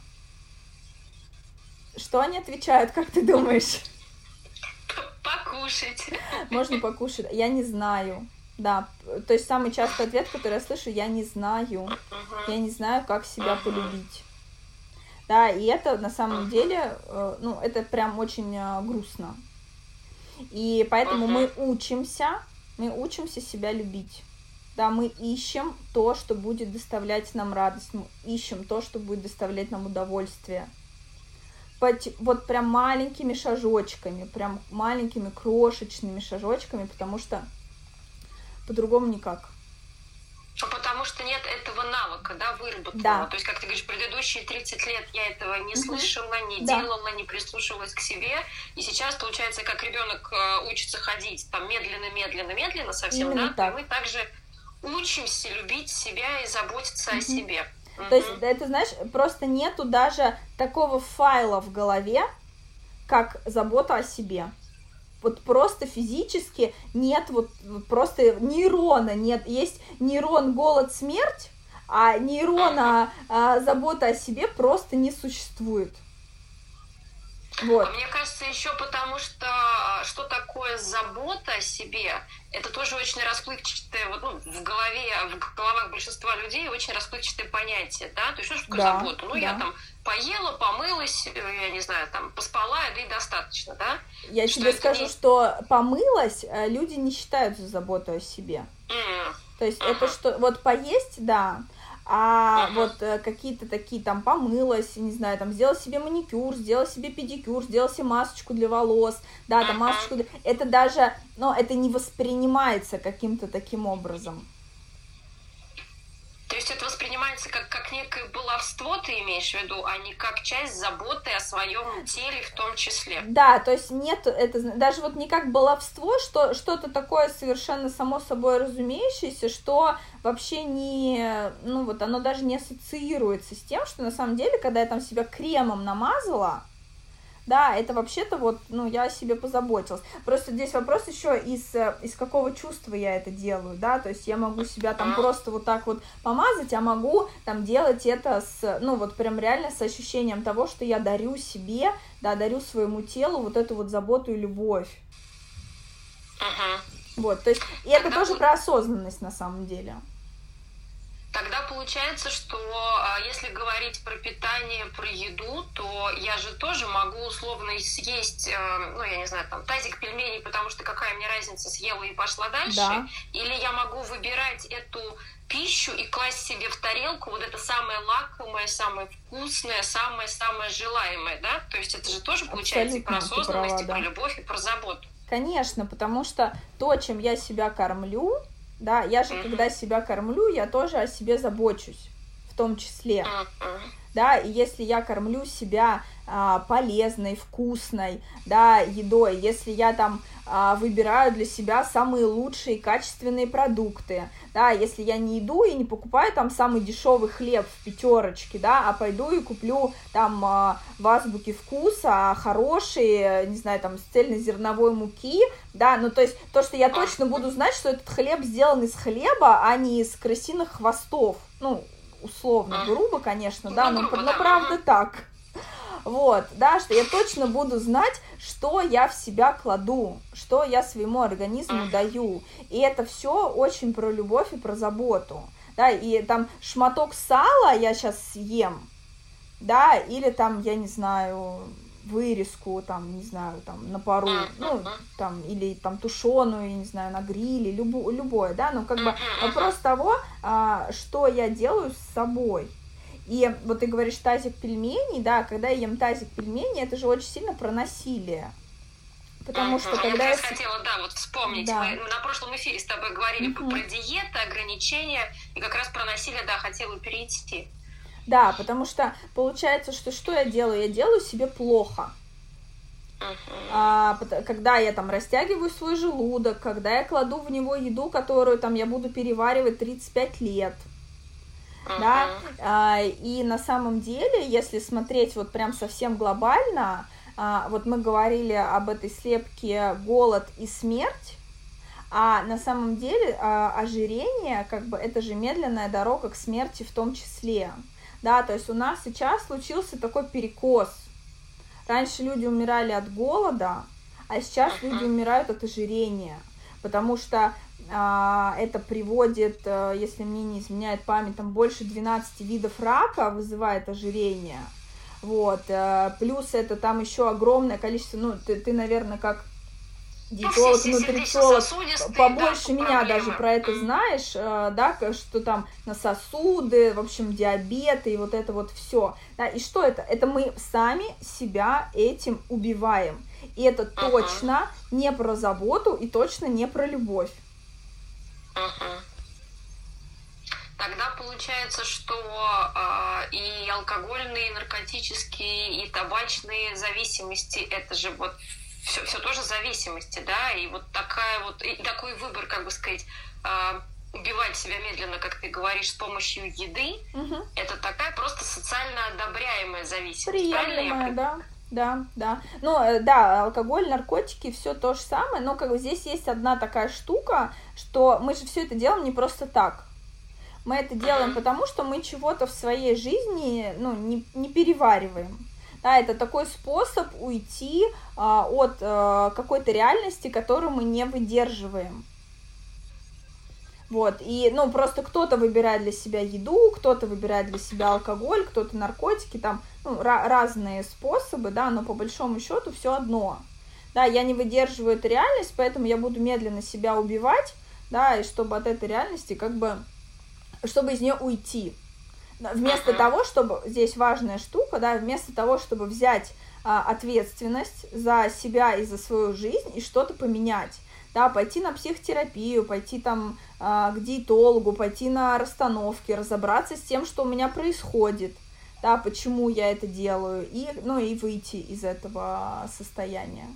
Что они отвечают, как ты думаешь? Покушать. Можно покушать. Я не знаю. Да, то есть самый частый ответ, который я слышу, я не знаю. Я не знаю, как себя полюбить. Да, и это на самом деле, ну, это прям очень грустно. И поэтому мы учимся, мы учимся себя любить. Да, мы ищем то, что будет доставлять нам радость, мы ищем то, что будет доставлять нам удовольствие. Вот прям маленькими шажочками, прям маленькими крошечными шажочками, потому что по-другому никак. Потому что нет этого навыка, да, выработанного. Да. То есть, как ты говоришь, предыдущие тридцать лет я этого не угу. слышала, не да. делала, не прислушивалась к себе. И сейчас, получается, как ребенок учится ходить там медленно, медленно, медленно совсем, именно да, так. И мы также учимся любить себя и заботиться угу. о себе. То есть, это, знаешь, просто нету даже такого файла в голове, как забота о себе. Вот просто физически нет, вот просто нейрона нет. Есть нейрон голод, смерть, а нейрона а, забота о себе просто не существует. Вот. Мне кажется, еще потому что что такое забота о себе, это тоже очень расплывчатое, вот, ну, в голове, в головах большинства людей очень расплывчатое понятие, да, то есть что такое да, забота? Ну, да. я там поела, помылась, я не знаю, там, поспала, да и достаточно, да? Я что тебе скажу, не... что помылась, люди не считают за заботу о себе. Mm. То есть uh-huh. это что, вот поесть, да, а uh-huh. вот э, какие-то такие там помылась, не знаю, там сделала себе маникюр, сделала себе педикюр, сделала себе масочку для волос, да, там uh-huh. масочку для... Это даже, ну, это не воспринимается каким-то таким образом. То есть это воспринимается как, как некое баловство, ты имеешь в виду, а не как часть заботы о своем теле в том числе. Да, то есть нет, это даже вот не как баловство, что что-то такое совершенно само собой разумеющееся, что вообще не, ну вот оно даже не ассоциируется с тем, что на самом деле, когда я там себя кремом намазала, да, это вообще-то вот, ну, я о себе позаботилась. Просто здесь вопрос еще, из, из какого чувства я это делаю, да, то есть я могу себя там просто вот так вот помазать, а могу там делать это с, ну, вот прям реально с ощущением того, что я дарю себе, да, дарю своему телу вот эту вот заботу и любовь. Uh-huh. Вот, то есть, и это тоже про осознанность на самом деле. Тогда получается, что если говорить про питание, про еду, то я же тоже могу условно съесть, ну, я не знаю, там, тазик пельменей, потому что какая мне разница, съела и пошла дальше. Да. Или я могу выбирать эту пищу и класть себе в тарелку вот это самое лакомое, самое вкусное, самое-самое желаемое, да? То есть это же тоже получается абсолютно, и про осознанность, права, и да. про любовь, и про заботу. Конечно, потому что то, чем я себя кормлю, да, я же, uh-huh. когда себя кормлю, я тоже о себе забочусь, в том числе, uh-huh. да, и если я кормлю себя а, полезной, вкусной, да, едой, если я там а, выбираю для себя самые лучшие качественные продукты, да, если я не иду и не покупаю там самый дешевый хлеб в пятерочке, да, а пойду и куплю там а, в Азбуке Вкуса хорошие, не знаю, там, с цельнозерновой муки, да, ну, то есть то, что я точно буду знать, что этот хлеб сделан из хлеба, а не из крысиных хвостов, ну, условно, грубо, конечно, да, но, но правда так. Вот, да, что я точно буду знать, что я в себя кладу, что я своему организму даю. И это все очень про любовь и про заботу. Да, и там шматок сала я сейчас съем, да, или там, я не знаю, вырезку, там, не знаю, там, на пару, ну, там, или там тушеную, я не знаю, на гриле, любо, любое, да, ну, как бы вопрос того, а, что я делаю с собой. И вот ты говоришь тазик пельменей, да, когда я ем тазик пельменей, это же очень сильно про насилие. Потому что когда я... я... хотела, да, вот вспомнить. Да. Мы на прошлом эфире с тобой говорили uh-huh. про диеты, ограничения, и как раз про насилие, да, хотела перейти. Да, потому что получается, что что я делаю? Я делаю себе плохо. Uh-huh. А, когда я там растягиваю свой желудок, когда я кладу в него еду, которую там я буду переваривать тридцать пять лет. Uh-huh. Да, а, и на самом деле, если смотреть вот прям совсем глобально, а, вот мы говорили об этой слепке голод и смерть, а на самом деле а, ожирение, как бы, это же медленная дорога к смерти в том числе, да, то есть у нас сейчас случился такой перекос. Раньше люди умирали от голода, а сейчас uh-huh. люди умирают от ожирения, потому что а, это приводит, а, если мне не изменяет память, там больше двенадцати видов рака вызывает ожирение, вот, а, плюс это там еще огромное количество, ну, ты, ты наверное, как диетолог, нутрициолог, побольше да, меня даже про это знаешь, да, что там на сосуды, в общем, диабет и вот это вот все. Да, и что это? Это мы сами себя этим убиваем. И это uh-huh. точно не про заботу и точно не про любовь. Uh-huh. Тогда получается, что э, и алкогольные, и наркотические, и табачные зависимости, это же вот Все, все тоже зависимости, да, и вот такая вот, и такой выбор, как бы сказать, э, убивать себя медленно, как ты говоришь, с помощью еды, угу. это такая просто социально одобряемая зависимость. Приемлемая, да, да, да. Ну, да, алкоголь, наркотики, все то же самое, но как бы здесь есть одна такая штука, что мы же все это делаем не просто так. Мы это делаем, uh-huh. потому что мы чего-то в своей жизни, ну, не, не перевариваем. Да, это такой способ уйти а, от а, какой-то реальности, которую мы не выдерживаем. Вот, и, ну, просто кто-то выбирает для себя еду, кто-то выбирает для себя алкоголь, кто-то наркотики, там, ну, ra- разные способы, да, но по большому счету все одно. Да, я не выдерживаю эту реальность, поэтому я буду медленно себя убивать, да, и чтобы от этой реальности, как бы, чтобы из нее уйти. Вместо uh-huh. того, чтобы, здесь важная штука, да, вместо того, чтобы взять а, ответственность за себя и за свою жизнь и что-то поменять, да, пойти на психотерапию, пойти там а, к диетологу, пойти на расстановки, разобраться с тем, что у меня происходит, да, почему я это делаю, и, ну, и выйти из этого состояния.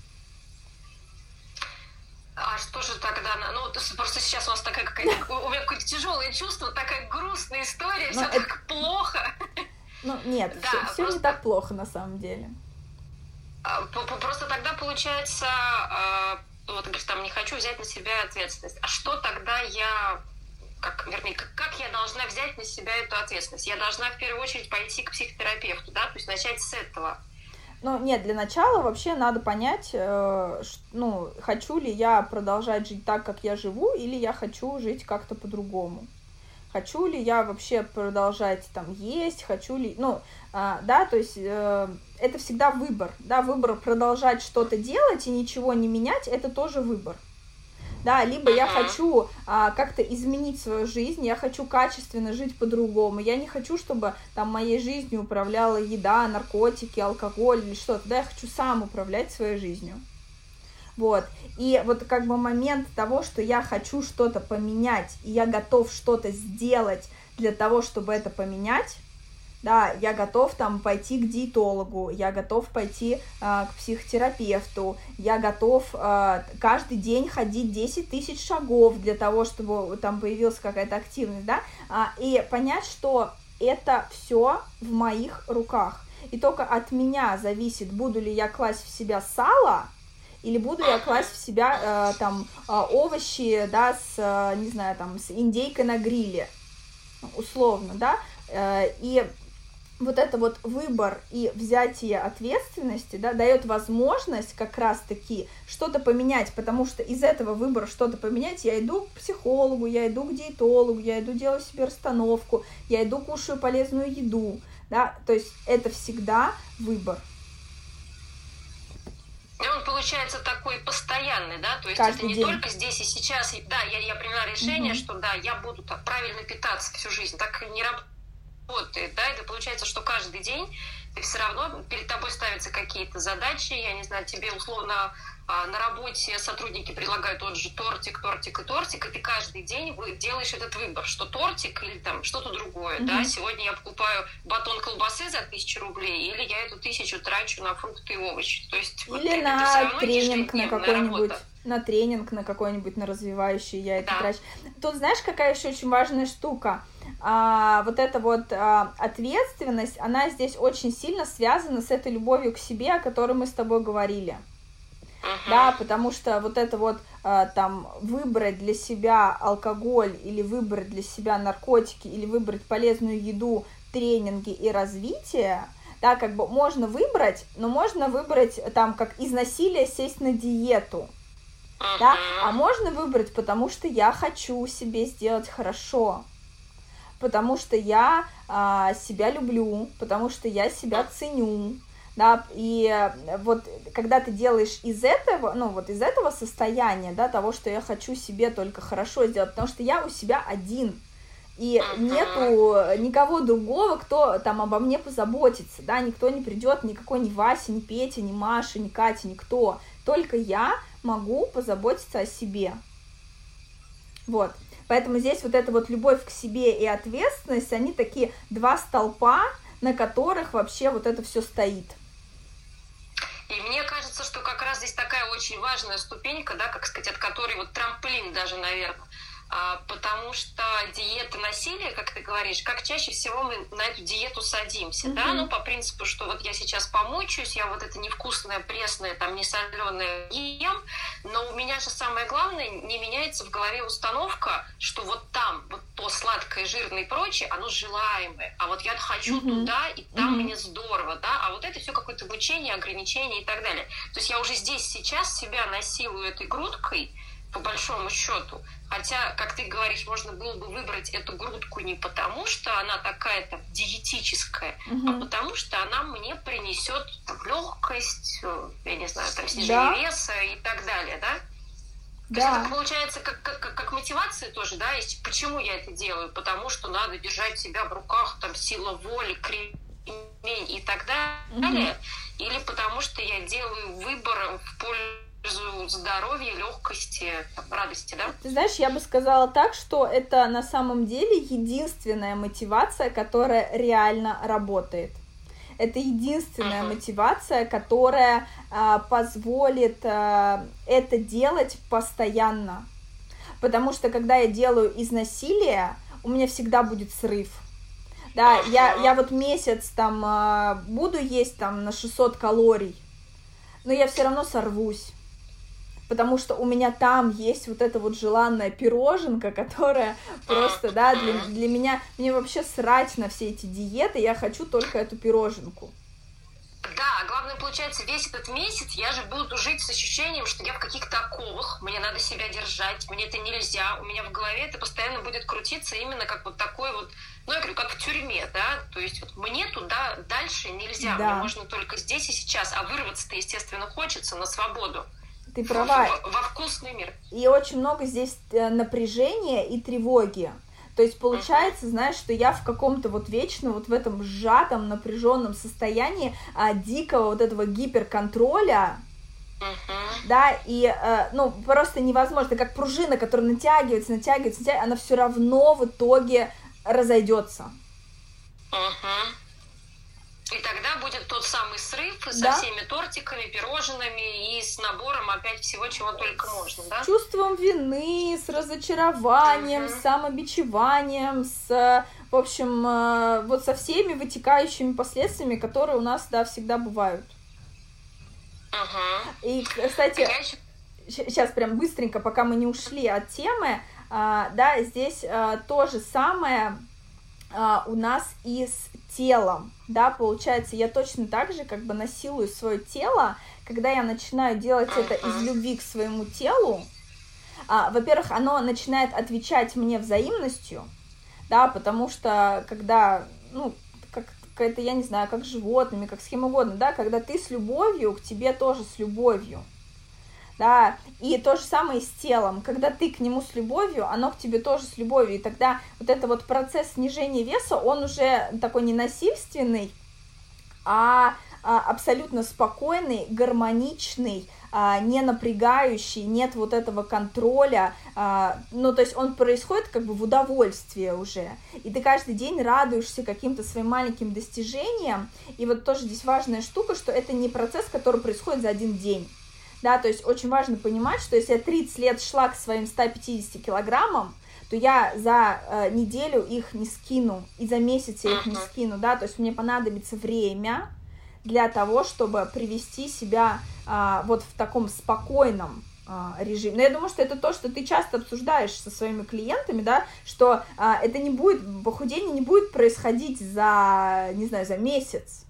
А что же тогда, ну, просто сейчас у вас такая какая-то, у меня какое-то тяжелое чувство, такая грустная история, все это... так плохо. Ну, нет, да, все, все просто... не так плохо на самом деле. Просто тогда получается, вот, говоришь, там, не хочу взять на себя ответственность. А что тогда я, как, вернее, как я должна взять на себя эту ответственность? Я должна в первую очередь пойти к психотерапевту, да, то есть начать с этого. Ну, нет, для начала вообще надо понять, э, ш, ну, хочу ли я продолжать жить так, как я живу, или я хочу жить как-то по-другому. Хочу ли я вообще продолжать там есть, хочу ли, ну, э, да, то есть э, это всегда выбор, да, выбор продолжать что-то делать и ничего не менять, это тоже выбор. Да, либо я хочу а, как-то изменить свою жизнь, я хочу качественно жить по-другому, я не хочу, чтобы там моей жизнью управляла еда, наркотики, алкоголь или что-то, да, я хочу сам управлять своей жизнью. Вот, и вот как бы момент того, что я хочу что-то поменять, и я готов что-то сделать для того, чтобы это поменять, да, я готов там пойти к диетологу, я готов пойти э, к психотерапевту, я готов э, каждый день ходить десять тысяч шагов для того, чтобы там появилась какая-то активность, да, а, и понять, что это все в моих руках. И только от меня зависит, буду ли я класть в себя сало, или буду я класть в себя э, там э, овощи, да, с, э, не знаю, там, с индейкой на гриле, условно, да, э, и вот это вот выбор и взятие ответственности, да, дает возможность как раз-таки что-то поменять, потому что из этого выбора что-то поменять я иду к психологу, я иду к диетологу, я иду делаю себе расстановку, я иду кушаю полезную еду, да, то есть это всегда выбор. И он получается такой постоянный, да, то есть каждый это не день. Только здесь и сейчас, да, я, я приняла решение, угу. что да, я буду так правильно питаться всю жизнь, так не работает. Работает, да, это получается, что каждый день ты все равно, перед тобой ставятся какие-то задачи, я не знаю, тебе условно а, на работе сотрудники предлагают тот же тортик, тортик и тортик, и ты каждый день делаешь этот выбор, что тортик или там что-то другое, mm-hmm. да, сегодня я покупаю батон колбасы за тысячу рублей, или я эту тысячу трачу на фрукты и овощи, то есть или вот, на тренинг на какой-нибудь, работа. на тренинг на какой-нибудь, на развивающий я это да. трачу. Тут знаешь, какая еще очень важная штука? А, вот эта вот а, ответственность, она здесь очень сильно связана с этой любовью к себе, о которой мы с тобой говорили. Uh-huh. Да, потому что вот это вот а, там выбрать для себя алкоголь или выбрать для себя наркотики или выбрать полезную еду, тренинги и развитие, да, как бы можно выбрать, но можно выбрать там как из насилия сесть на диету, uh-huh. да, а можно выбрать, потому что я хочу себе сделать хорошо, потому что я а, себя люблю, потому что я себя ценю. Да, и вот когда ты делаешь из этого, ну вот из этого состояния, да, того, что я хочу себе только хорошо сделать, потому что я у себя один, и нету никого другого, кто там обо мне позаботится, да, никто не придет, никакой ни Вася, ни Петя, ни Маша, ни Катя, никто, только я могу позаботиться о себе, вот. Поэтому здесь вот эта вот любовь к себе и ответственность, они такие два столпа, на которых вообще вот это все стоит. И мне кажется, что как раз здесь такая очень важная ступенька, да, как сказать, от которой вот трамплин даже, наверное, а, потому что диета насилия, как ты говоришь, как чаще всего мы на эту диету садимся, mm-hmm. да, ну, по принципу, что вот я сейчас помучаюсь, я вот это невкусное, пресное, там, несоленое ем, но у меня же самое главное, не меняется в голове установка, что вот там, вот то сладкое, жирное и прочее, оно желаемое, а вот я хочу mm-hmm. туда, и там mm-hmm. мне здорово, да, а вот это все какое-то обучение, ограничение и так далее. То есть я уже здесь сейчас себя насилую этой грудкой, по большому счету. Хотя, как ты говоришь, можно было бы выбрать эту грудку не потому, что она такая-то диетическая, угу. а потому что она мне принесет легкость, я не знаю, там, снижение да. веса и так далее, да? То да. есть это получается как, как, как мотивация тоже, да? Есть, почему я это делаю? Потому что надо держать себя в руках, там, сила воли, кремень и так далее. Угу. Или потому что я делаю выбор в пользу здоровья, легкости, там, радости, да? Ты знаешь, я бы сказала так, что это на самом деле единственная мотивация, которая реально работает. Это единственная uh-huh. мотивация, которая а, позволит а, это делать постоянно. Потому что когда я делаю из насилия, у меня всегда будет срыв. Да, uh-huh. я, я вот месяц там а, буду есть там на шестьсот калорий, но я все равно сорвусь. Потому что у меня там есть вот эта вот желанная пироженка, которая просто, да, для, для меня, мне вообще срать на все эти диеты, я хочу только эту пироженку. Да, главное, получается, весь этот месяц я же буду жить с ощущением, что я в каких-то оковах, мне надо себя держать, мне это нельзя, у меня в голове это постоянно будет крутиться именно как вот такой вот, ну, я говорю, как в тюрьме, да, то есть вот мне туда дальше нельзя, да. мне можно только здесь и сейчас, а вырваться-то, естественно, хочется на свободу. Ты права. Во, во вкусный мир. И очень много здесь напряжения и тревоги. То есть получается, uh-huh. знаешь, что я в каком-то вот вечно вот в этом сжатом, напряженном состоянии а, дикого вот этого гиперконтроля, uh-huh. да, и, а, ну, просто невозможно, как пружина, которая натягивается, натягивается, натягивается, она все равно в итоге разойдется. Uh-huh. И тогда будет тот самый срыв со да? всеми тортиками, пирожными и с набором опять всего, чего только можно, да? С чувством вины, с разочарованием, uh-huh. с самобичеванием, с, в общем, вот со всеми вытекающими последствиями, которые у нас, да, всегда бывают. Uh-huh. И, кстати, еще... сейчас прям быстренько, пока мы не ушли от темы, да, здесь то же самое у нас и с телом, да, получается, я точно так же как бы насилую свое тело, когда я начинаю делать это из любви к своему телу, а, во-первых, оно начинает отвечать мне взаимностью, да, потому что когда, ну, как это, я не знаю, как с животными, как с кем угодно, да, когда ты с любовью, к тебе тоже с любовью. Да, и то же самое и с телом. Когда ты к нему с любовью, оно к тебе тоже с любовью. И тогда вот это вот процесс снижения веса, он уже такой не насильственный, а, а, абсолютно спокойный, гармоничный, а, не напрягающий, нет вот этого контроля, а, ну, то есть он происходит как бы в удовольствии уже, и ты каждый день радуешься каким-то своим маленьким достижениям, и вот тоже здесь важная штука, что это не процесс, который происходит за один день, да, то есть очень важно понимать, что если я тридцать лет шла к своим ста пятидесяти килограммам, то я за э, неделю их не скину, и за месяц я их не скину, да, то есть мне понадобится время для того, чтобы привести себя а, вот в таком спокойном а, режиме. Но я думаю, что это то, что ты часто обсуждаешь со своими клиентами, да, что а, это не будет, похудение не будет происходить за, не знаю, за месяц.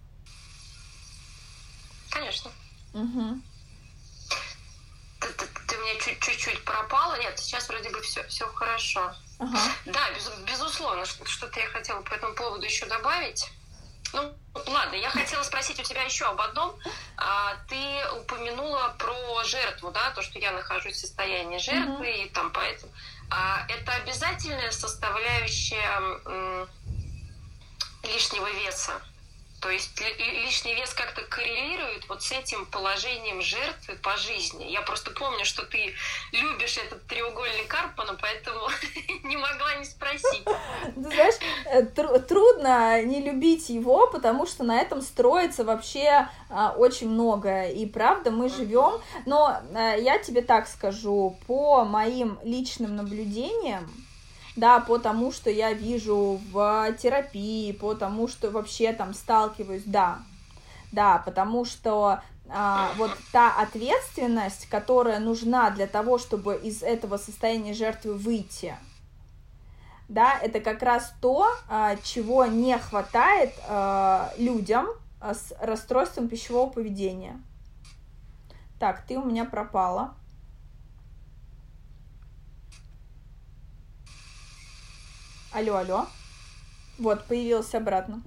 Конечно. Угу. Ты, ты, ты мне чуть-чуть пропала. Нет, сейчас вроде бы все, все хорошо. Ага. Да, без, безусловно, что-то я хотела по этому поводу еще добавить. Ну, ладно, я хотела спросить у тебя еще об одном. А, ты упомянула про жертву, да, то, что я нахожусь в состоянии жертвы, mm-hmm. и там поэтому... А, это обязательная составляющая м, лишнего веса? То есть лишний вес как-то коррелирует вот с этим положением жертвы по жизни. Я просто помню, что ты любишь этот треугольник Карпмана, поэтому не могла не спросить. Ты знаешь, тр- трудно не любить его, потому что на этом строится вообще а, очень многое. И правда, мы живем. Но а, я тебе так скажу, по моим личным наблюдениям, да, по тому, что я вижу в терапии, по тому, что вообще там сталкиваюсь, да, да, потому что а, вот та ответственность, которая нужна для того, чтобы из этого состояния жертвы выйти, да, это как раз то, а, чего не хватает а, людям с расстройством пищевого поведения. Так, ты у меня пропала. Алло, алло. Вот, появился обратно.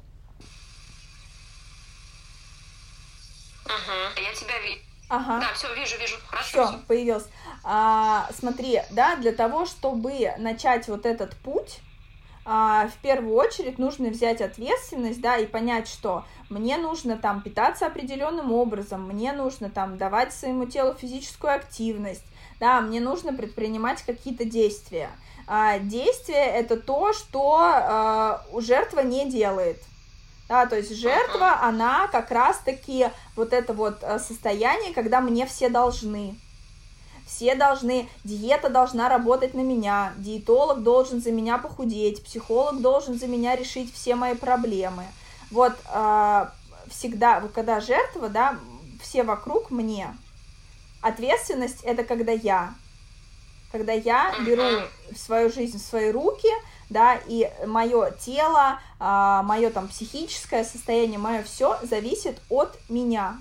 Ага, я тебя вижу. Ага. Да, все, вижу, вижу. Хорошо. Все, Всё. появился. А, смотри, да, для того, чтобы начать вот этот путь, а, в первую очередь нужно взять ответственность, да, и понять, что мне нужно там питаться определенным образом, мне нужно там давать своему телу физическую активность, да, мне нужно предпринимать какие-то действия. А, действие — это то, что а, жертва не делает. Да, то есть жертва, она как раз-таки вот это вот состояние, когда мне все должны. Все должны, диета должна работать на меня, диетолог должен за меня похудеть, психолог должен за меня решить все мои проблемы. Вот а, всегда, вот когда жертва, да, все вокруг мне. Ответственность — это когда я. Когда я беру свою жизнь в свои руки, да, и мое тело, мое там психическое состояние, мое все зависит от меня.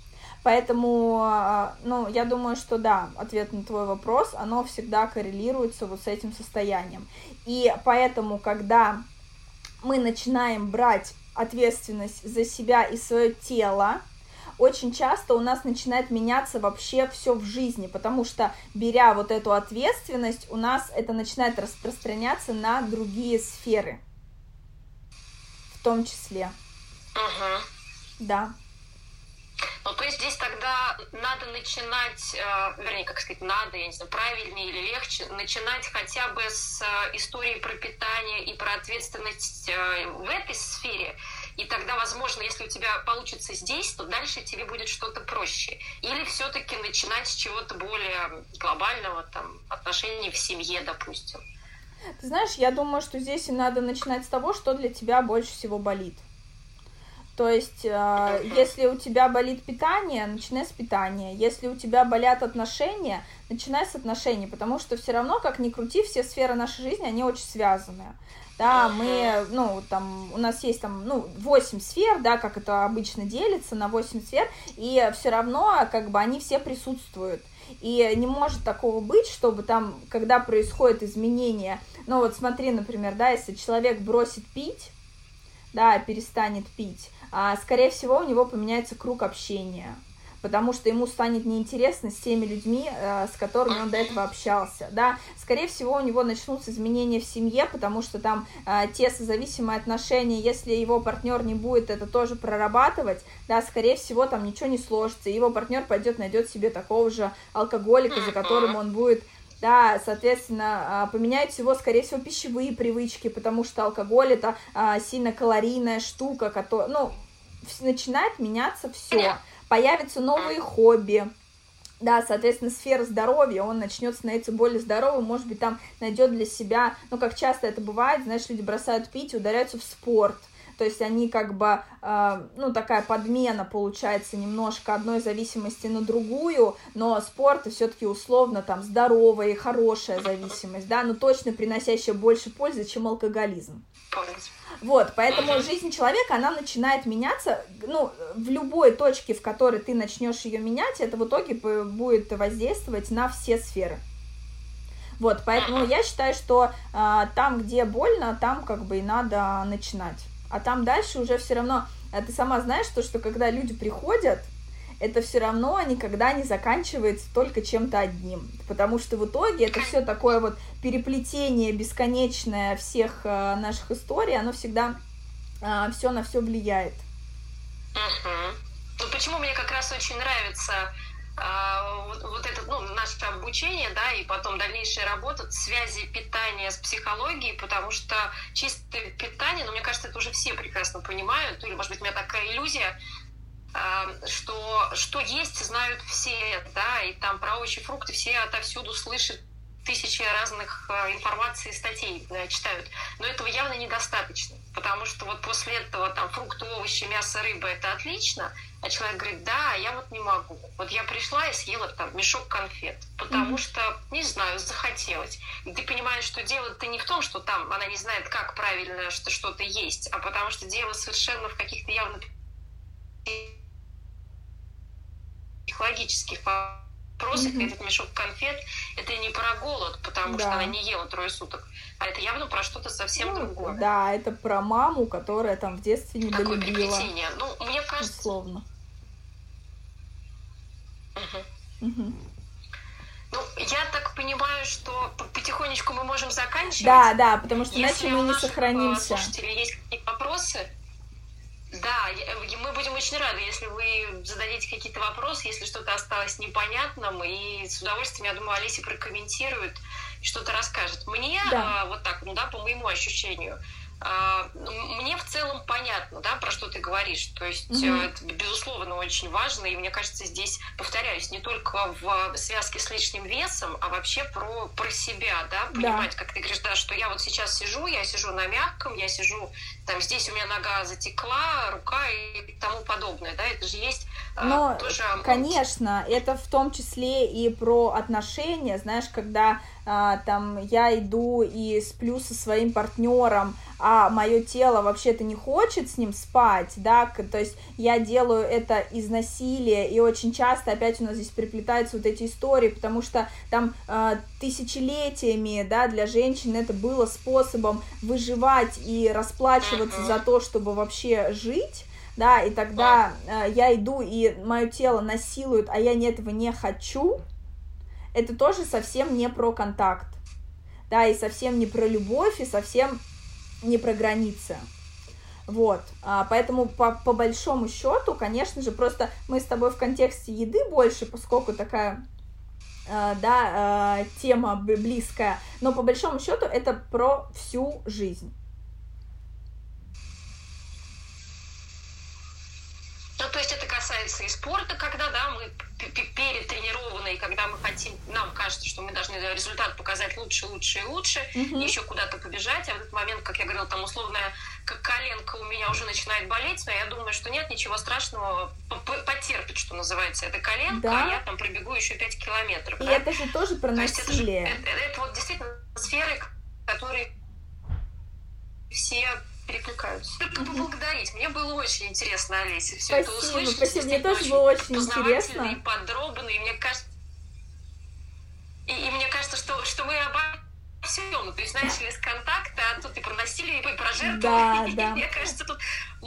Поэтому, ну, я думаю, что да, ответ на твой вопрос, оно всегда коррелируется вот с этим состоянием. И поэтому, когда мы начинаем брать ответственность за себя и свое тело, очень часто у нас начинает меняться вообще все в жизни, потому что, беря вот эту ответственность, у нас это начинает распространяться на другие сферы, в том числе. Угу. Да. Ну, то есть здесь тогда надо начинать, э, вернее, как сказать, надо, я не знаю, правильнее или легче, начинать хотя бы с э, истории про питание и про ответственность э, в этой сфере. И тогда, возможно, если у тебя получится здесь, то дальше тебе будет что-то проще. Или все-таки начинать с чего-то более глобального, там, отношений в семье, допустим. Ты знаешь, я думаю, что здесь надо начинать с того, что для тебя больше всего болит. То есть, э, uh-huh. если у тебя болит питание, начинай с питания. Если у тебя болят отношения, начинай с отношений. Потому что все равно, как ни крути, все сферы нашей жизни, они очень связаны. Да, мы, ну, там, у нас есть там, ну, восемь сфер, да, как это обычно делится на восемь сфер, и все равно, как бы, они все присутствуют. И не может такого быть, чтобы там, когда происходит изменение, ну, вот смотри, например, да, если человек бросит пить, да, перестанет пить, а, скорее всего, у него поменяется круг общения. потому что ему станет неинтересно с теми людьми, э, с которыми он до этого общался, да, скорее всего, у него начнутся изменения в семье, потому что там э, те созависимые отношения, если его партнер не будет это тоже прорабатывать, да, скорее всего, там ничего не сложится, и его партнер пойдет, найдет себе такого же алкоголика, за которым он будет, да, соответственно, поменяются его, скорее всего, пищевые привычки, потому что алкоголь это а, сильно калорийная штука, которая, ну, начинает меняться все, появятся новые хобби, да, соответственно, сфера здоровья, он начнет становиться более здоровым, может быть, там найдет для себя, ну, как часто это бывает, знаешь, люди бросают пить и ударяются в спорт. То есть они как бы, э, ну, такая подмена получается немножко одной зависимости на другую, но спорт все-таки условно там здоровая и хорошая зависимость, да, но точно приносящая больше пользы, чем алкоголизм. Вот, поэтому жизнь человека, она начинает меняться, ну, в любой точке, в которой ты начнешь ее менять, это в итоге будет воздействовать на все сферы. Вот, поэтому я считаю, что э, там, где больно, там как бы и надо начинать. А там дальше уже все равно, а ты сама знаешь, то, что когда люди приходят, это все равно никогда не заканчивается только чем-то одним, потому что в итоге это все такое вот переплетение бесконечное всех э, наших историй, оно всегда э, все на все влияет. Uh-huh. Ну почему мне как раз очень нравится э, вот, вот это, ну, наше обучение, да, и потом дальнейшая работа, связи питания с психологией, потому что чистое питание, ну, мне кажется, это уже все прекрасно понимают, или, может быть, у меня такая иллюзия, что, что есть, знают все, да, и там про овощи, фрукты все отовсюду слышат, тысячи разных информации, статей читают, но этого явно недостаточно, потому что вот после этого там фрукты, овощи, мясо, рыба — это отлично, а человек говорит: да, я вот не могу, вот я пришла и съела там мешок конфет, потому mm-hmm. что, не знаю, захотелось. И ты понимаешь, что дело-то не в том, что там она не знает, как правильно что что-то есть, а потому что дело совершенно в каких-то явно психологических вопросах. Mm-hmm. Этот мешок конфет — это не про голод, потому да. что она не ела трое суток, а это явно про что-то совсем ну, другое. Да, это про маму, которая там в детстве не Какое долюбила. приобретение? Ну, мне кажется... Условно. Угу. Угу. Ну, я так понимаю, что потихонечку мы можем заканчивать. Да, да, потому что Если иначе мы не наших сохранимся. Слушателей есть какие-то вопросы? Да, мы будем очень рады, если вы зададите какие-то вопросы, если что-то осталось непонятным, и с удовольствием, я думаю, Олеся прокомментирует, что-то расскажет. Мне, да. вот так, ну да, по моему ощущению, мне в целом понятно, да, про что ты говоришь. То есть угу. это, безусловно, очень важно. И мне кажется, здесь, повторяюсь, не только в связке с лишним весом, а вообще про, про себя, да, понимать, да. как ты говоришь, да, что я вот сейчас сижу, я сижу на мягком, я сижу, там, здесь у меня нога затекла, рука и тому подобное, да, это же есть Но, а, тоже... конечно, это в том числе и про отношения, знаешь, когда а, там я иду и сплю со своим партнером, а мое тело вообще-то не хочет с ним спать, да, то есть я делаю это из насилия, и очень часто опять у нас здесь переплетаются вот эти истории, потому что там э, тысячелетиями, да, для женщин это было способом выживать и расплачиваться за то, чтобы вообще жить, да, и тогда э, я иду, и мое тело насилуют, а я этого не хочу, это тоже совсем не про контакт, да, и совсем не про любовь, и совсем не про границы. Вот, а, поэтому по, по большому счету, конечно же, просто мы с тобой в контексте еды больше, поскольку такая, а, да, а, тема близкая, но по большому счету это про всю жизнь. Ну, то есть это касается и спорта, когда, да, мы перетренированы, и когда мы хотим, нам кажется, что мы должны результат показать лучше, лучше и лучше, mm-hmm. еще куда-то побежать, а в этот момент, как я говорила, там условная как коленка у меня уже начинает болеть, но я думаю, что нет ничего страшного, потерпит, что называется, эта коленка, да. а я там пробегу еще пять километров. И да? это же тоже про то насилие. Это, это, это, это вот действительно сферы, которые все перекликаются. Только mm-hmm. поблагодарить. Мне было очень интересно, Олеся, все спасибо, это услышать. Спасибо, мне тоже было очень интересно. И подробно, и мне кажется, и, и мне кажется, что, что мы обо всем, ну, то есть начали с контакта, а тут и про насилие, и про жертву. Да, и, да. Мне кажется, тут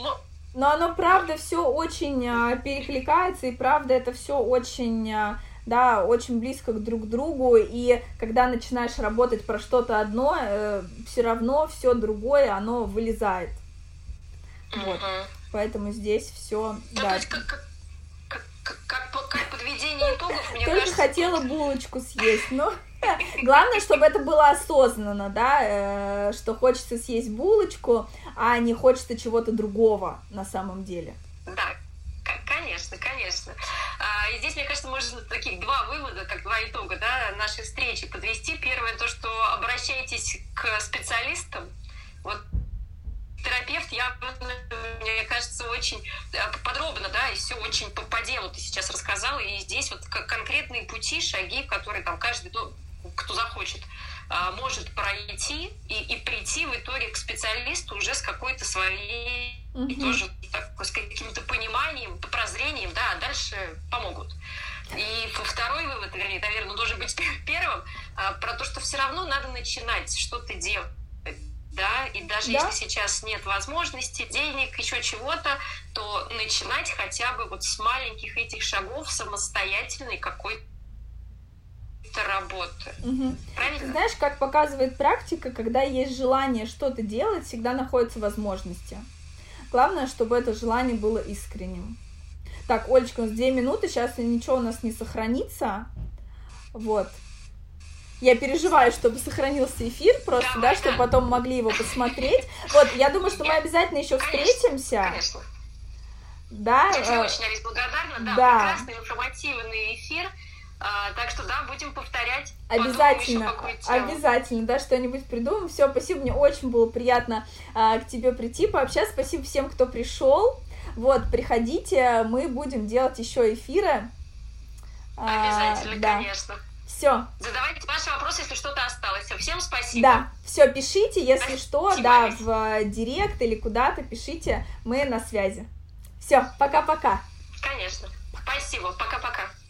Но оно, правда, все очень а, перекликается, и правда это все очень, а, да, очень близко друг к другу, и когда начинаешь работать про что-то одно, э, все равно все другое, оно вылезает. Вот. Uh-huh. Поэтому здесь все. Ну, да. То есть как, как, как, как, как подведение итогов, мне Только кажется... хотела булочку съесть, но главное, чтобы это было осознанно, да, что хочется съесть булочку, а не хочется чего-то другого на самом деле. Да, конечно, конечно. И здесь, мне кажется, можно таких два вывода, как два итога, да, нашей встречи подвести. Первое, то, что обращайтесь к специалистам. Вот терапевт, я, мне кажется, очень подробно, да, и все очень по, по делу ты сейчас рассказала, и здесь вот конкретные пути, шаги, которые там каждый, кто захочет, может пройти и, и прийти в итоге к специалисту уже с какой-то своей, mm-hmm. и тоже так, с каким-то пониманием, прозрением, да, а дальше помогут. И второй вывод, вернее, наверное, должен быть первым, про то, что все равно надо начинать что-то делать. Да, и даже да. если сейчас нет возможности, денег, еще чего-то, то начинать хотя бы вот с маленьких этих шагов самостоятельной какой-то работы. Угу. Правильно? Знаешь, как показывает практика, когда есть желание что-то делать, всегда находятся возможности. Главное, чтобы это желание было искренним. Так, Олечка, у нас две минуты, сейчас ничего у нас не сохранится. Вот. Я переживаю, чтобы сохранился эфир просто, Давай, да, чтобы да. потом могли его посмотреть. Вот, я думаю, что мы обязательно еще встретимся. Конечно. Да. Я тебе очень, Алис, благодарна. Да, да. Прекрасный, информативный эфир. А, так что, да, будем повторять. Обязательно, обязательно, да, что-нибудь придумаем. Все, спасибо, мне очень было приятно а, к тебе прийти, пообщаться. Спасибо всем, кто пришел. Вот, приходите, мы будем делать еще эфиры. Обязательно, а, да. конечно. Все. Задавайте ваши вопросы, если что-то осталось. Всем спасибо. Да, все, пишите, если спасибо, что, да, Алис. в директ или куда-то пишите, мы на связи. Все, пока-пока. Конечно. Спасибо, пока-пока.